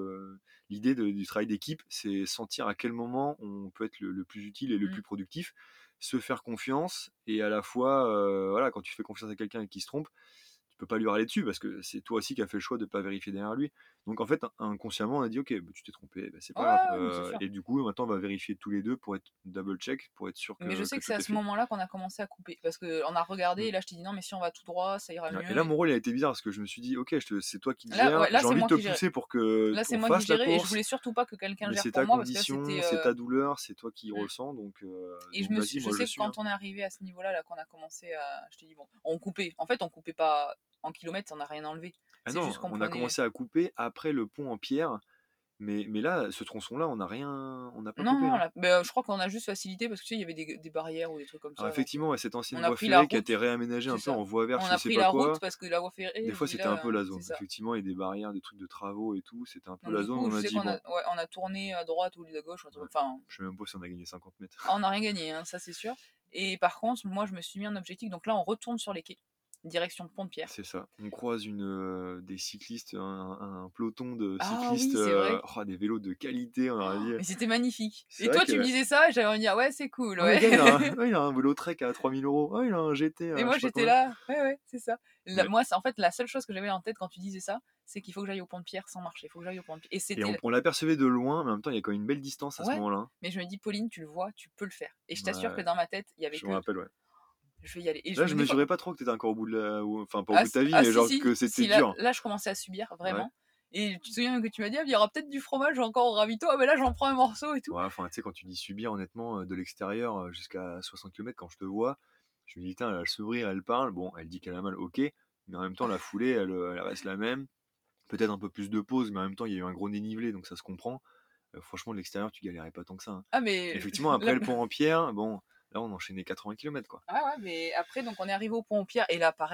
l'idée du travail d'équipe, c'est sentir à quel moment on peut être le plus utile et le Mmh. plus productif, se faire confiance et à la fois, voilà, quand tu fais confiance à quelqu'un et qu'il se trompe, tu peux pas lui râler dessus parce que c'est toi aussi qui as fait le choix de pas vérifier derrière lui. Donc en fait, inconsciemment, on a dit: «OK, bah, tu t'es trompé, bah, c'est Ouais, pas grave», ouais, mais c'est sûr. et du coup, maintenant, on va vérifier tous les 2 pour être double check, pour être sûr Mais je sais que que c'est tout à est ce fait. moment-là qu'on a commencé à couper. Parce qu'on a regardé Mmh. et là je t'ai dit: «Non, mais si on va tout droit, ça ira Ouais, et mieux» là, et mon rôle, il a été bizarre parce que je me suis dit: «OK, c'est toi qui te là, gères, ouais, là j'ai c'est envie de moi te qui gérais. pousser pour que Là, c'est on moi qui fasse la gérais et je course, voulais surtout pas que quelqu'un mais gère c'est pour ta moi parce que là condition, c'était, c'est ta douleur, c'est toi qui mmh ressens, et donc vas-y, je moi je sais que suis, hein». quand on est arrivé à ce niveau-là, là, qu'on a commencé à je t'ai dit: «Bon», on coupait. En fait, on coupait pas en kilomètres, on n'a rien enlevé. Ah C'est juste non, qu'on on a prenait commencé à couper après le pont en pierre, mais là, ce tronçon-là, on n'a pas non, coupé, non, hein. là, beh, je crois qu'on a juste facilité parce que tu sais, il y avait des barrières ou des trucs comme Alors ça donc effectivement, ouais, cette ancienne on a voie pris la ferrée qui a route, été réaménagée c'est un peu ça. en voie verte, On je a sais pris pas la route quoi. parce que la voie Des ferrée, je fois, dis c'était un là, peu la c'est zone. ça. Effectivement, il y a des barrières, des trucs de travaux et tout, c'était un peu Donc la du zone. coup, On je a sais dit: qu'on a «Bon», ouais, on a tourné à droite au lieu d'à gauche, un truc ouais, enfin, je sais même pas si on a gagné 50 mètres. on n'a rien gagné, hein, ça c'est sûr. Et par contre, moi je me suis mis un objectif, donc là on retourne sur les quais, direction Pont-de-Pierre. C'est ça. On croise des cyclistes, un peloton de Ah cyclistes, oui, c'est vrai. des vélos de qualité, on leur a dit. Mais c'était magnifique. C'est Et vrai toi tu me que: disais ça et j'avais envie de dire: «Ouais, c'est cool, «Oh, le ouais». gars, il a un vélo Trek à 3 000 €. Oh, il a un GT Et à je moi sais pas j'étais combien». là, ouais, ouais, c'est ça. Mais Moi, c'est en fait la seule chose que j'avais en tête quand tu disais ça, c'est qu'il faut que j'aille au Pont-de-Pierre sans marcher, il faut que j'aille au Pont-de-Pierre et et c'était on l'apercevait de loin, mais en même temps, il y a quand même une belle distance à ce ouais, moment-là, hein. mais je me dis: «Pauline, tu le vois, tu peux le faire» et je t'assure que Ouais, dans ma tête, il y avait je me que: rappelle, ouais. «Je vais y aller» et Là, je je me des fois mesurais pas trop que t'étais encore au bout de enfin, pas au ah bout de si ta vie, ah mais si, genre si, que c'était si, là dur. là je commençais à subir Ouais. vraiment et tu te souviens que tu m'as dit: «Ah, il y aura peut-être du fromage encore au ravito». Ah, mais là, j'en prends un morceau et tout. Ouais, enfin, tu sais, quand tu dis subir, honnêtement, de l'extérieur, jusqu'à 60 kilomètres, quand je te vois, je me dis: «Putain, elle a le sourire, elle parle, bon, elle dit qu'elle a mal, OK», mais en même temps, la foulée, elle reste la même. Peut-être un peu plus de pause, mais en même temps, il y a eu un gros dénivelé, donc ça se comprend. Franchement, de l'extérieur, tu galérais pas tant que ça, hein. Ah mais Effectivement, là après le pont en pierre, bon, là, on enchaînait 80 kilomètres, quoi. ah ouais, mais après donc on est arrivé au Pont-aux-Pierres et là pareil,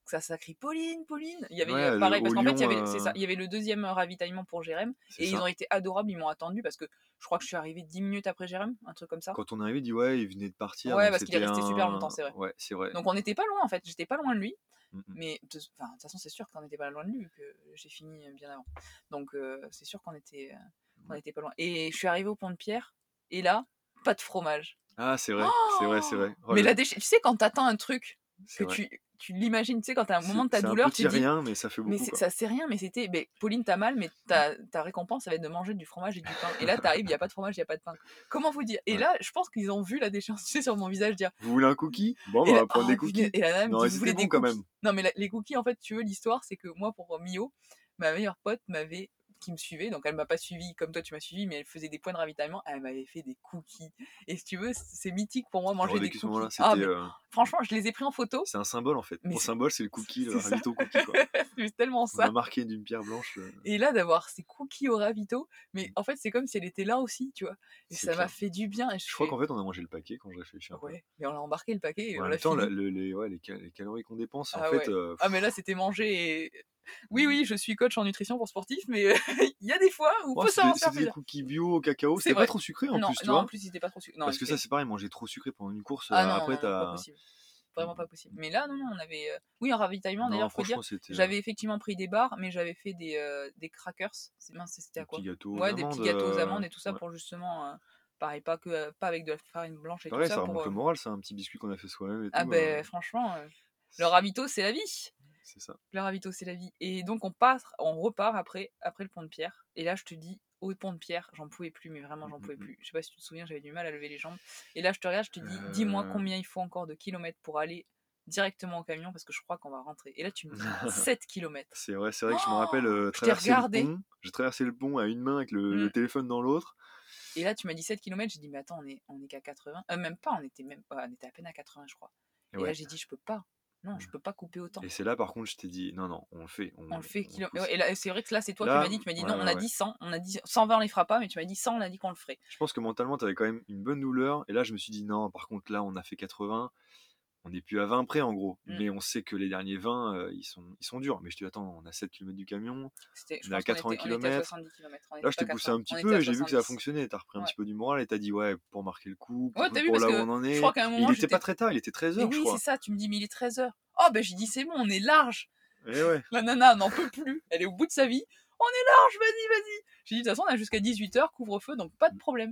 ça crie Pauline, Pauline. Il y avait Ouais, pareil, parce au qu'en fait, Lyon, c'est ça, il y avait le deuxième ravitaillement pour Jérém, c'est et ils ça. ont été adorables, ils m'ont attendu parce que je crois que je suis arrivée 10 minutes après Jérém, un truc comme ça. Quand on est arrivé, il dit ouais, il venait de partir, Ouais, donc parce qu'il est c'était resté super un. longtemps, c'est vrai. Ouais, c'est vrai. Donc on n'était pas loin en fait, j'étais pas loin de lui. Mm, mm. Mais de toute façon, c'est sûr qu'on n'était pas loin de lui, vu que j'ai fini bien avant. Donc c'est sûr qu'on Ouais. était pas loin. Et je suis arrivée au Pont de Pierre, et là, pas de fromage. Ah, c'est vrai, c'est vrai, c'est Oh vrai. Oh, mais tu sais, quand t'attends un truc, c'est que vrai. tu l'imagines, tu sais, quand t'as un moment de ta C'est un douleur, tu petit te dis, rien, mais ça fait mais beaucoup, quoi. ça c'est rien, mais c'était, Pauline, t'as mal, mais ta récompense, ça va être de manger du fromage et du pain. Et là, t'arrives, il n'y a pas de fromage, il n'y a pas de pain. Comment vous dire? Et Ouais. là, je pense qu'ils ont vu la déchéance, tu sais, sur mon visage, dire, Vous voulez un cookie? Bon, bah, et on là, va prendre des oh punaise, cookies. et la nana me Non, dit, mais vous c'était voulez bon des quand cookies? même. Non, mais les cookies, en fait, tu veux, l'histoire, c'est que moi, pour Mio, ma meilleure pote qui me suivait, donc elle m'a pas suivi comme toi tu m'as suivi, mais elle faisait des points de ravitaillement, elle m'avait fait des cookies. Et si tu veux, c'est mythique pour moi, T'as manger des revécu ce moment-là, cookies. Ah, c'était. mais franchement, je les ai pris en photo, C'est un symbole en fait. mais Ton symbole, c'est le cookie, le c'est ça. ravito cookie, quoi. C'est tellement On a ça. marqué d'une pierre blanche. Et là, d'avoir ces cookies au ravito, mais en fait, c'est comme si elle était là aussi, tu vois. Et C'est ça m'a clair. fait du bien. Et je Je crois fais, qu'en fait, on a mangé le paquet quand je réfléchis un peu. ouais, mais on a embarqué le paquet et Mais on en l'a même temps, fini. les calories qu'on dépense, en Ah fait. ouais. Ah, mais là, c'était manger et. Oui, Mm. oui, je suis coach en nutrition pour sportifs, mais il y a des fois où il Oh, faut savoir se faire c'était des plaisir. cookies bio au cacao. C'est C'était pas vrai. trop sucré en Non, plus, tu non, en vois. plus, il était pas trop sucré. Non, Parce que ça, c'est pareil, manger trop sucré pendant une course, Ah non, après, non, non, pas t'as. possible. Vraiment Mm. pas possible. Mais là, non, non, on avait. Oui, en ravitaillement, Non, d'ailleurs, faut dire, franchement, c'était j'avais effectivement pris des barres, mais j'avais fait des crackers. Mince, c'était des à petits quoi? gâteaux aux Ouais, des petits amandes. gâteaux aux amandes et tout ça Ouais. pour justement. Pareil, pas avec de la farine blanche et tout Pareil, ça ça pour. remonte le moral, ça, un petit biscuit qu'on a fait soi-même et Ah tout. ben, franchement, le C'est ravito, c'est la vie! c'est ça. Le ravito, c'est la vie. Et donc, on repart après le pont de Pierre. Et là, je te dis, au pont de Pierre, j'en pouvais plus, mais vraiment, Mm, j'en mm, pouvais mm. plus. Je sais pas si tu te souviens, j'avais du mal à lever les jambes. Et là, je te regarde, je te dis, dis-moi Euh, combien il faut encore de kilomètres pour aller directement au camion, parce que je crois qu'on va rentrer. Et là, tu me dis, 7 kilomètres. C'est vrai que je me rappelle Je t'ai traverser le regardé. pont. J'ai traversé le pont à une main avec le Mm. téléphone dans l'autre. Et là, tu m'as dit 7 kilomètres. J'ai dit, mais attends, on est qu'à 80. Même pas, on était à peine à 80, je crois. Et Et là, ouais. j'ai dit, je peux pas. Non, je peux pas couper autant. Et c'est là, par contre, je t'ai dit, non, non, on le fait, On le fait on pousse. ouais, et là, c'est vrai que là, c'est toi qui Là, m'as dit, ouais, non, on ouais, a ouais. dit 100, on a dit 120, on les fera pas, mais tu m'as dit 100, on a dit qu'on le ferait. Je pense que mentalement, t'avais quand même une bonne douleur. Et là, je me suis dit, non, par contre, là, on a fait 80. On n'est plus à 20 près, en gros. Mm. Mais on sait que les derniers 20, ils sont durs. Mais je te dis, attends, on a 7 km du camion. Je On est à pense qu'on 80 on était à km. 70 km, on Là, n'était je pas t'ai poussé un 80, petit on était peu à et j'ai vu que ça a 70. fonctionné. T'as repris un Ouais. petit peu du moral et t'as dit, ouais, pour marquer le coup, Ouais, t'as vu, pour parce là où que on en je est. crois qu'à un Et il moment, était pas très tard, il était mais 13h, je oui, c'est crois. ça, tu me dis, mais il est 13h. Oh, ben j'ai dit, c'est bon, on est large. Et ouais. La nana n'en peut plus, elle est au bout de sa vie. On est large, vas-y, vas-y. J'ai dit, de toute façon, on a jusqu'à 18h, couvre-feu, donc pas de problème.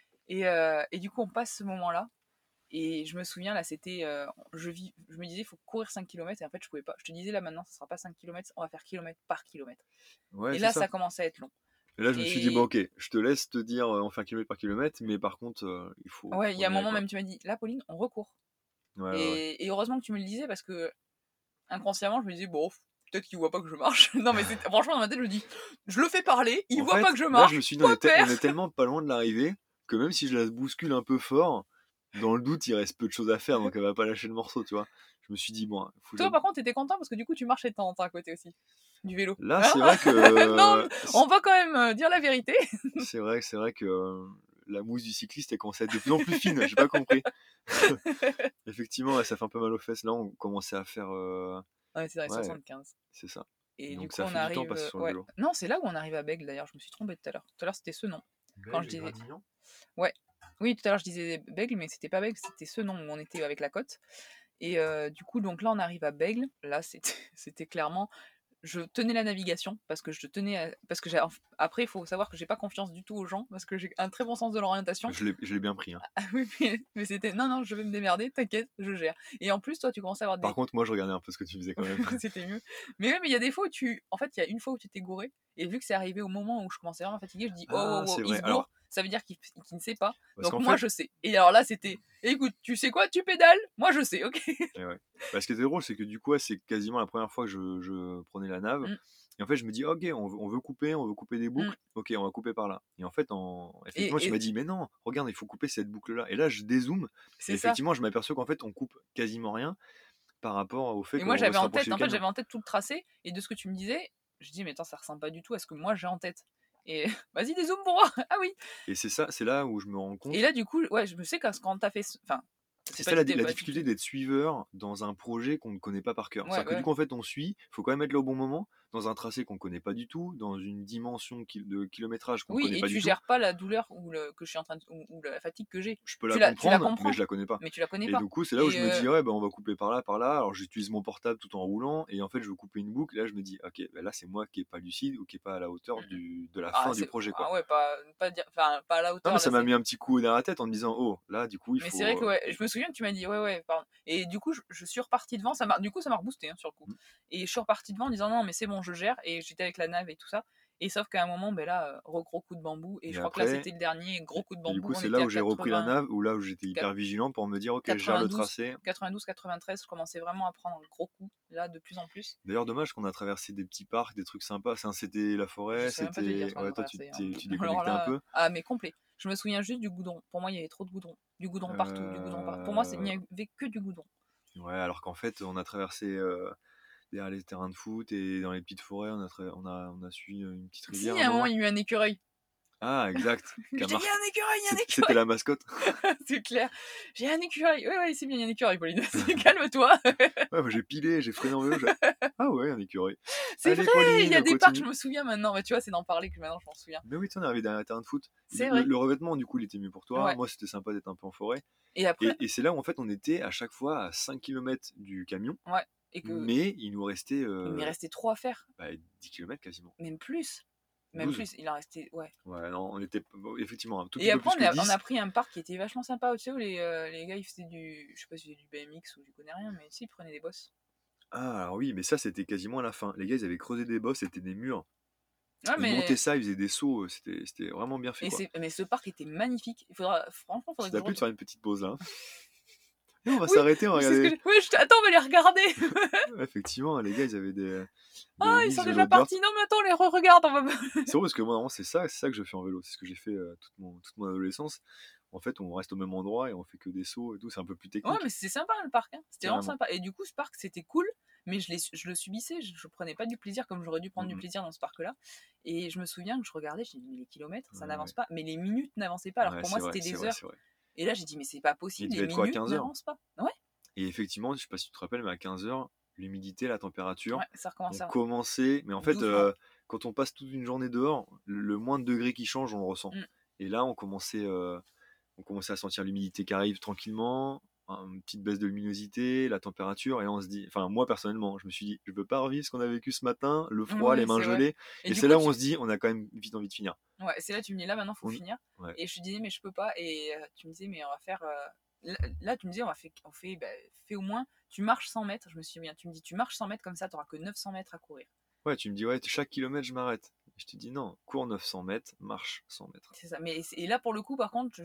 Et du coup, on passe ce moment-là. Et je me souviens, là, c'était. Je me disais, il faut courir 5 kilomètres. Et en fait, je pouvais pas. Je te disais, là, maintenant, ça sera pas 5 kilomètres, on va faire kilomètre par kilomètre. Ouais, Et c'est là, ça. ça commençait à être long. Et là, je me suis dit, bon, Et ok, je te laisse te dire, on fait un kilomètre par kilomètre, mais par contre, il faut, ouais, il faut y a un y aller, moment quoi. même, tu m'as dit, là, Pauline, on recourt. Ouais, ouais, ouais. Et heureusement que tu me le disais, parce que inconsciemment, je me disais, bon, peut-être qu'il voit pas que je marche. Non, mais franchement, dans ma tête, je me dis, je le fais parler, il En voit pas que fait, je là, je me marche. suis dit, Quoi on est faire? tellement pas loin de l'arrivée que même si je la bouscule un peu fort, dans le doute, il reste peu de choses à faire, donc elle va pas lâcher le morceau, tu vois. Je me suis dit, bon, faut que Toi, par contre, t'étais content parce que du coup, tu marchais de temps en temps à côté aussi. Du vélo. là, Hein? c'est vrai que Non, on va quand même dire la vérité. c'est vrai que la mousse du cycliste elle commence à être de plus en plus fine. J'ai pas compris. Effectivement, ouais, ça fait un peu mal aux fesses. Là, on commençait à faire. Ouais, c'est dans les Ouais, 75. c'est ça. Et du Donc coup, ça on fait du temps arrive. passer sur le Ouais. vélo. Non, c'est là où on arrive à Bègle d'ailleurs. Je me suis trompée tout à l'heure. Tout à l'heure, c'était ce nom. Quand je disais. Ouais. Oui, tout à l'heure, je disais Bègle, mais c'était pas Bègle, c'était ce nom où on était avec la côte. Et du coup, donc là, on arrive à Bègle. Là, c'était clairement. Je tenais la navigation parce que parce que après, il faut savoir que j'ai pas confiance du tout aux gens parce que j'ai un très bon sens de l'orientation. Je l'ai bien pris, hein. Ah oui, mais c'était non, non, je vais me démerder, t'inquiète, je gère. Et en plus, toi, tu commences à avoir Par des. contre, moi, je regardais un peu ce que tu faisais quand même. C'était mieux. Mais ouais, mais il y a des fois où en fait, il y a une fois où tu t'es gouré, et vu que c'est arrivé au moment où je commençais vraiment à fatiguer, je dis oh, Ah, oh, oh, c'est il vrai. se Alors, gourre, ça veut dire qu'il ne sait pas. parce Donc qu'en moi, fait, je sais. Et alors là, c'était écoute, tu sais quoi, tu pédales, moi je sais, ok. eh ouais. Bah, ce qui était drôle, c'est que du coup, ouais, c'est quasiment la première fois que je prenais la nave. Mm, Et en fait, je me dis, ok, on veut couper des mm. boucles. Ok, on va couper par là. Et en fait, effectivement, tu m'as Et dit, mais non, regarde, il faut couper cette boucle-là. Et là, je dézoome. Et c'est ça. effectivement, je m'aperçois qu'en fait, on coupe quasiment rien par rapport au fait Et moi, qu'on veut se rapprocher du en fait, camion. j'avais en tête tout le tracé, et de ce que tu me disais, je dis mais attends, ça ressemble pas du tout à ce que moi j'ai en tête. Et vas-y, dézoome pour voir. Ah oui. Et c'est ça, c'est là où je me rends Et compte. là, du coup, ouais, je me sais quand t'as fait. Enfin, C'est pas ça du la pas du difficulté tout. d'être suiveur dans un projet qu'on ne connaît pas par cœur. Ouais, C'est-à-dire que du ouais. coup, en fait, on suit, il faut quand même être là au bon moment, dans un tracé qu'on ne connaît pas du tout, dans une dimension de kilométrage qu'on ne Oui, connaît et pas du tu tout. gères pas la douleur que je suis en train de, ou la fatigue que j'ai. Je peux la Tu la comprendre, mais comprends, je la connais pas. mais tu la connais Et pas. du coup, c'est là où Et je me dis, ouais, bah, on va couper par là, par là. Alors, j'utilise mon portable tout en roulant, et en fait, je veux couper une boucle. Et là, je me dis, ok, bah, là, c'est moi qui est pas lucide ou qui est pas à la hauteur de la fin du projet, quoi. ah ouais, pas à la Non, mais hauteur ça là. m'a mis un petit coup derrière la tête en me disant, oh, là, du coup, il Mais c'est vrai que faut. ouais, je me souviens que tu m'as dit ouais ouais pardon. Et du coup je suis repartie devant, du coup ça m'a reboosté hein, sur le coup. Et je suis repartie devant en disant non mais c'est bon je gère et j'étais avec la nave et tout ça. Et sauf qu'à un moment ben là gros coup de bambou et Et je crois que là après, c'était le dernier gros coup de et du bambou. coup, On c'est là était à où j'ai repris la 80, nave, ou là où j'étais hyper vigilant pour me dire, ok, je gère le 92, tracé. 92, 93. Je commençais vraiment à prendre un gros coup là de plus en plus. D'ailleurs, dommage qu'on a traversé des petits parcs, des trucs sympas. C'était la Je forêt, sais même pas te dire c'était. ce qu'on a Ouais, toi, traversé. Hein. tu Alors déconnectais un là peu. ah mais complet. Je me souviens juste du goudron. Pour moi il y avait trop de goudron. Du goudron partout, du goudron partout. Pour moi il Euh, n'y avait que du goudron. Ouais, alors qu'en fait, on a traversé derrière les terrains de foot et dans les petites forêts, on a suivi une petite rivière Si à un à un moment moment. il y a eu un écureuil. Ah, exact. Je dis, il y a un écureuil, il y a un C'était écureuil. la mascotte. C'est clair. J'ai un écureuil. Ouais, ouais, c'est bien, il y a un écureuil, Pauline. Calme-toi. Ouais, moi j'ai pilé, j'ai freiné en vélo. Ah ouais, un écureuil. C'est vrai, Allez, il y a Pauline, des parcs, je continue. me souviens maintenant. Bah, tu vois, c'est d'en parler que maintenant je m'en souviens. Mais oui, tu sais, on est arrivé derrière un terrain de foot. C'est vrai. Le revêtement, du coup, il était mieux pour toi. Ouais. Moi, c'était sympa d'être un peu en forêt. Et après, Et c'est là où, en fait, on était à chaque fois à 5 km du camion. ouais. Et que Mais il nous restait il m'est resté trop à faire. 10 km quasiment. Même plus. Même 12. plus. Il en restait. Ouais. Ouais, non, on était effectivement un tout petit Et peu après, plus que on 10. a pris un parc qui était vachement sympa, tu sais, où les gars ils faisaient du. Je sais pas si c'était du BMX ou du connais rien, mais si, ils prenaient des bosses. Ah, alors oui, mais ça, c'était quasiment à la fin. Les gars, ils avaient creusé des bosses, c'était des murs. Ouais, Ils montaient mais. ça, ils faisaient des sauts, c'était vraiment bien fait, quoi. Mais ce parc était magnifique. Franchement, Ça faudrait que t'a je plu de retourne. faire une petite pause là, hein. Et on va Oui, s'arrêter, on va c'est ce que regarder. j'ai. Oui, attends, on va les regarder. Ouais, effectivement, les gars, ils avaient des Ah, ils MX sont vélo déjà dirt. partis. Non, mais attends, on les re-regarde. On va. C'est vrai parce que moi, vraiment, c'est ça que je fais en vélo. C'est ce que j'ai fait toute mon adolescence. En fait, on reste au même endroit et on fait que des sauts et tout. C'est un peu plus Ouais, mais technique, c'était sympa le parc. Hein. C'était vraiment carrément. sympa. Et du coup, ce parc, c'était cool, mais je le subissais. Je prenais pas du plaisir comme j'aurais dû prendre du Mhm. plaisir dans ce parc-là. Et je me souviens que je regardais, je me dis, mais les kilomètres, ça Ouais, n'avance ouais. pas. Mais les minutes n'avançaient pas. Alors Ouais, pour moi, c'est vrai, c'était c'est des vrai, heures. c'est vrai. Et là, j'ai dit, mais c'est pas Il possible, les devait être quoi, minutes 15 heures? n'avancent pas. Ouais, Et effectivement, je sais pas si tu te rappelles, mais à 15 heures, l'humidité, la température, ouais, ça on recommençait commençait. Mais en fait, doucement. quand on passe toute une journée dehors, le moins de degrés qui change, on le ressent. Mm. Et là, on commençait à sentir l'humidité qui arrive tranquillement, une petite baisse de luminosité, la température, et là, on se dit, enfin, moi personnellement, je me suis dit, je peux pas revivre ce qu'on a vécu ce matin, le froid, les Oui, mains c'est vrai. gelées. Et Et du c'est coup, là où on se dit, on a quand même vite envie de finir. ouais, c'est là tu me dis, là maintenant, faut On- finir. Ouais. Et je te disais, mais je peux pas. Et tu me disais, mais on va faire. Là, tu me disais, fais au moins, tu marches 100 mètres. Je me suis bien, tu me dis, tu marches 100 mètres comme ça, tu n'auras que 900 mètres à courir. Ouais, tu me dis, ouais, chaque kilomètre, je m'arrête. Et je te dis, non, cours 900 mètres, marche 100 mètres. C'est ça. Et là, pour le coup, par contre,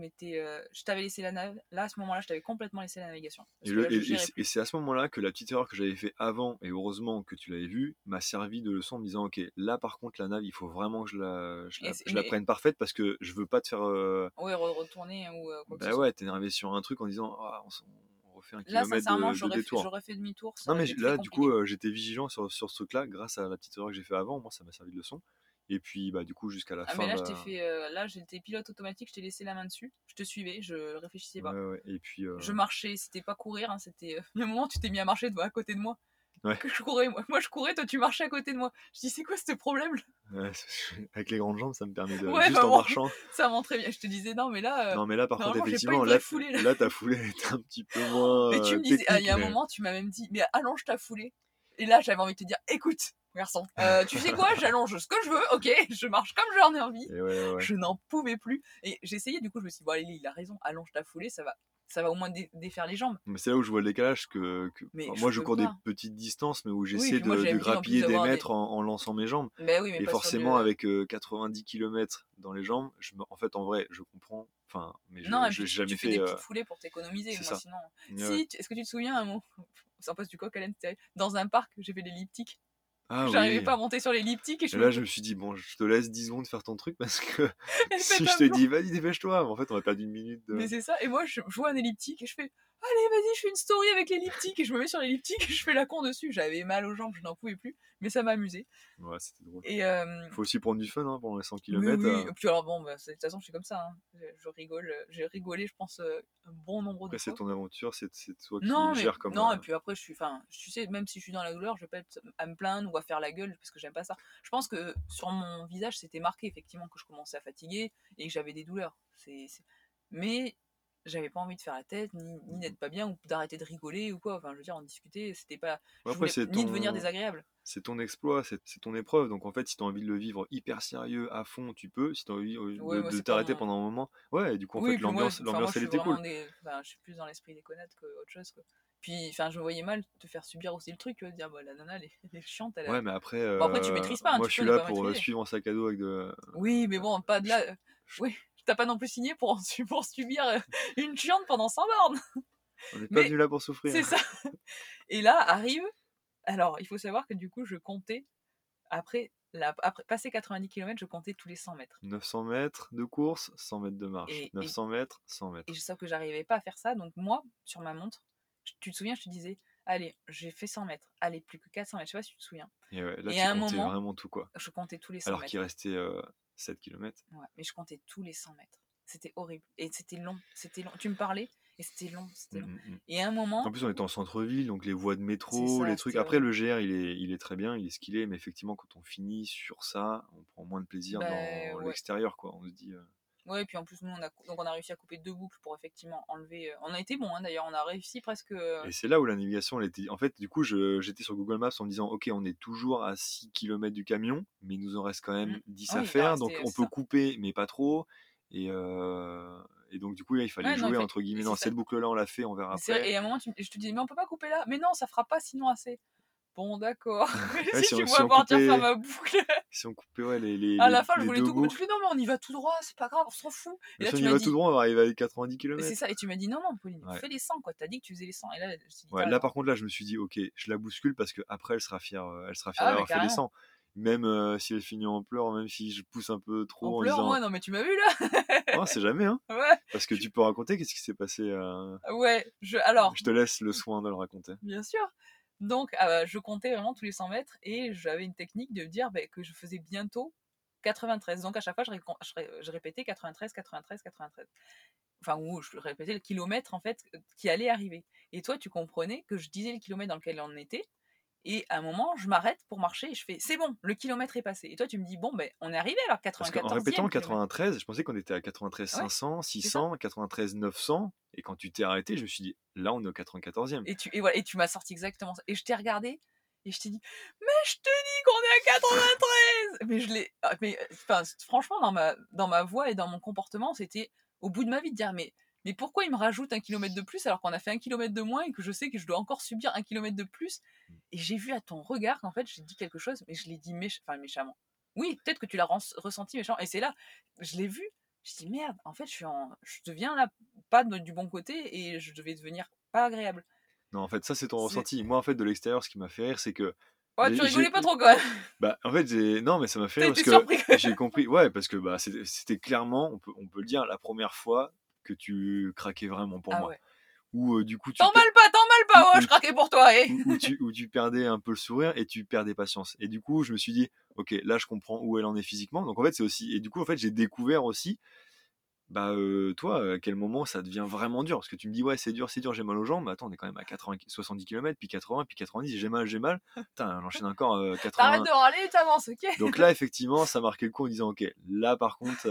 je t'avais laissé la nave. Là, à ce moment-là, je t'avais complètement laissé la navigation. Et, Parce que là, je et gérais plus. c'est à ce moment-là que la petite erreur que j'avais fait avant, et heureusement que tu l'avais vue, m'a servi de leçon en me disant, ok, là par contre la nave, il faut vraiment que je la Mais, prenne parfaite parce que je veux pas te faire... ouais, retourner ou quoi que ce Bah soit. ouais, t'énerver sur un truc en disant, ah, on refait un Là, kilomètre sincèrement, de détour. j'aurais fait demi-tour. Ça Non aurait mais été très là, du coup, compliqué. j'étais vigilant sur ce truc-là, grâce à la petite erreur que j'ai fait avant, moi ça m'a servi de leçon. Et puis, bah du coup, jusqu'à la Ah, mais fin, là, je t'ai bah... fait. Là, j'étais pilote automatique, je t'ai laissé la main dessus. Je te suivais, je réfléchissais Ouais, pas. ouais, et puis... Je marchais, c'était pas courir, hein, c'était. Il y a un moment, tu t'es mis à marcher à côté de moi. Ouais. Que je courais, moi je courais, toi tu marchais à côté de moi. Je dis, c'est quoi ce problème là? Ouais, avec les grandes jambes, ça me permet de... Ouais, Juste bah en bon, marchant. ça m'en très bien. Je te disais, non, mais là, Non mais là, par contre, normalement, j'ai pas une effectivement, vraie foulée là. là ta foulée elle était un petit peu moins Et tu me disais, il y technique, a un mais... moment, tu m'as même dit, mais allonge ta foulée. Et là, j'avais envie de te dire, écoute, garçon, tu sais quoi, j'allonge ce que je veux, ok, je marche comme j'en ai envie. Et ouais, ouais. Je n'en pouvais plus. Et j'essayais, du coup, je me suis dit, bon, allez, il a raison, allonge ta foulée, ça va au moins défaire les jambes. Mais c'est là où je vois le décalage Mais enfin, je moi je peux cours des pas. petites distances, mais où Oui, j'essaie puis moi, de j'aime bien en plus grappiller des avoir des. mètres en lançant mes jambes. Ben oui, mais Et pas sur du. forcément, avec 90 km dans les jambes, en fait, en vrai, je comprends. Enfin, mais Non, et j'ai puis jamais tu fais fait. des petites foulées pour t'économiser. C'est Moi, ça. sinon. Ouais. Si, est-ce que tu te souviens un moment, ça passe du coq à l'âne, dans un parc, j'ai fait l'elliptique. Ah J'arrivais oui. pas à monter sur l'elliptique et Et là, je me suis dit, bon, je te laisse 10 secondes faire ton truc parce que elle si pète je un te plomb. dis, vas-y, dépêche-toi, en fait, on va perdre une minute Mais de. c'est ça, et moi, je vois un elliptique et je fais allez, vas-y, je fais une story avec l'elliptique et je me mets sur l'elliptique et je fais la con dessus. J'avais mal aux jambes, je n'en pouvais plus, mais ça m'amusait. Ouais, c'était drôle. Et Faut aussi prendre du fun hein, pendant les 100 oui, km. oui. Et puis alors bon, bah, de toute façon, je suis comme ça. Hein. Je rigole. J'ai rigolé, je pense, un bon nombre de Après, c'est fois. ton aventure, c'est toi qui Non, mais gères comme. non. Et puis après, je suis, enfin, tu sais, même si je suis dans la douleur, je vais pas être à me plaindre ou à faire la gueule parce que j'aime pas ça. Je pense que sur mon visage, c'était marqué effectivement que je commençais à fatiguer et que j'avais des douleurs. Mais j'avais pas envie de faire la tête, ni d'être pas bien ou d'arrêter de rigoler ou quoi. Enfin, je veux dire, en discuter, c'était pas. Je Après, voulais ni devenir désagréable. c'est ton exploit, c'est ton épreuve. Donc en fait, si tu as envie de le vivre hyper sérieux, à fond, tu peux. Si tu as envie Ouais, moi de c'est pas t'arrêter mon. pendant un moment, ouais, et du coup, en Oui, fait, puis moi, enfin moi, l'ambiance, je elle suis était vraiment cool. enfin, je suis plus dans l'esprit des connards qu'autre chose, quoi. Puis, enfin, je me voyais mal te faire subir aussi le truc, tu vois, de dire, bah, la nana, elle est chiante, elle Ouais, a... mais après, Bon, après, tu maîtrises pas, hein, moi, tu je peux suis ne là pas pour maîtriser. suivre un sac à dos avec de. Oui, mais bon, pas de je- là. je- Oui, t'as pas non plus signé pour, pour subir une chiante pendant 100 bornes. on n'est pas Mais venu là pour souffrir. c'est ça. Et là, arrive. Alors, il faut savoir que du coup, je comptais, après passer 90 km, je comptais tous les 100 mètres. 900 mètres de course, 100 mètres de marche. Et, et, 900 mètres, 100 et mètres. je sais que j'arrivais pas à faire ça. Donc, moi, sur ma montre, tu te souviens, je te disais, allez, j'ai fait 100 mètres. Allez, plus que 400 mètres. Je sais pas si tu te souviens. Et ouais, là, Et tu à un comptais moment, vraiment tout, quoi. je comptais tous les 100 Alors qu'il mètres. restait 7 km. Ouais, mais je comptais tous les 100 mètres. C'était horrible. Et c'était long. C'était long. Tu me parlais et c'était long. C'était long. Et à un En moment, plus, on était en centre-ville, donc les voies de c'est métro, les ça, trucs. c'était Après, horrible. le GR, il est très bien, il est ce qu'il est, mais effectivement, quand on finit sur ça, on prend moins de plaisir Ben dans ouais. l'extérieur, quoi. On se dit. Ouais, et puis en plus, nous, donc on a réussi à couper 2 boucles pour effectivement enlever. On a été bon, hein, d'ailleurs. On a réussi presque. Et c'est là où la navigation, elle était. En fait, du coup, j'étais sur Google Maps en me disant, ok, on est toujours à 6 km du camion, mais il nous en reste quand même 10 Ah à oui, il en faire, donc restait, on c'est peut ça. couper, mais pas trop. Et, euh, et donc, du coup, il fallait Ouais, non, jouer entre guillemets. c'est Non, ça. cette boucle-là, on l'a fait, on verra après. Et à un moment, je te dis, mais on peut pas couper là. Mais non, ça fera pas sinon assez. Bon, d'accord. Ouais, Si tu si vois on partir faire coupait, ma boucle. si on coupait ouais, À la fin, je les voulais deux tout couper. Je boucles, fais non, mais on y va tout droit, c'est pas grave, on s'en fout. Et mais là, si on tu y m'as va tout dit, droit, on va arriver à 90 c'est km. ça. Et tu m'as dit, non, non, Pauline, Ouais. fais les 100, quoi. T'as dit que tu faisais les 100. Et là, je me suis dit, Ouais, t'as là, raison. par contre, là, je me suis dit, ok, je la bouscule parce qu'après, elle sera fière Ah, mais d'avoir fait les carrément. 100. Même si elle finit en pleurs, même si je pousse un peu En trop en pleurs, moi, disant, non, mais tu m'as vu là. oh, c'est jamais, hein. Ouais, Parce que tu peux raconter qu'est-ce qui s'est passé. ouais. Alors, Je te laisse le soin de le raconter. bien sûr. Donc, je comptais vraiment tous les 100 mètres et j'avais une technique de dire que je faisais bientôt 93. Donc, à chaque fois, je répétais 93, 93, 93. Enfin, où je répétais le kilomètre, en fait, qui allait arriver. Et toi, tu comprenais que je disais le kilomètre dans lequel on était. Et à un moment, je m'arrête pour marcher et je fais, c'est bon, le kilomètre est passé. Et toi, tu me dis, bon, ben, on est arrivé alors, Parce qu'en 94e répétant kilomètre. 93, je pensais qu'on était à 93 Ouais, 500, c'est ça. 600, 93 900. Et quand tu t'es arrêté, je me suis dit, là, on est au 94e. Voilà, et tu m'as sorti exactement ça. Et je t'ai regardé et je t'ai dit, mais je te dis qu'on est à 93. Mais je l'ai. Mais enfin, franchement, dans ma voix et dans mon comportement, c'était au bout de ma vie de dire, mais pourquoi il me rajoute 1 kilomètre de plus alors qu'on a fait 1 kilomètre de moins et que je sais que je dois encore subir 1 kilomètre de plus. Et j'ai vu à ton regard qu'en fait, j'ai dit quelque chose, mais je l'ai dit méchamment. Oui, peut-être que tu l'as ressenti méchant. Et c'est là, je l'ai vu. Je dis merde, en fait, je deviens là pas du bon côté et je devais devenir pas agréable. Non, en fait, ça, c'est ton C'est... ressenti. Moi, en fait, de l'extérieur, ce qui m'a fait rire, c'est que. Ouais, tu rigolais pas trop quand même. Bah, en fait, non, mais ça m'a fait T'as rire été parce que surpris. j'ai compris. Ouais, parce que bah, c'était clairement, on peut le dire, la première fois que tu craquais vraiment pour Ah moi. ouais. Où du coup, T'emballes pas, ouais, je craquais pour toi, où tu perdais un peu le sourire et tu perdais patience. Et du coup, je me suis dit, ok, là, je comprends où elle en est physiquement. Donc en fait, c'est aussi. Et du coup, en fait, j'ai découvert aussi bah toi, à quel moment ça devient vraiment dur? Parce que tu me dis: «Ouais, c'est dur, j'ai mal aux jambes». Mais attends, on est quand même à 80 70 km, puis 80, puis 90, j'ai mal. Putain, j'enchaîne encore, T'arrêtes 80. de râler et t'avances, ok. Donc là, effectivement, ça marquait le coup en disant: «OK, là par contre,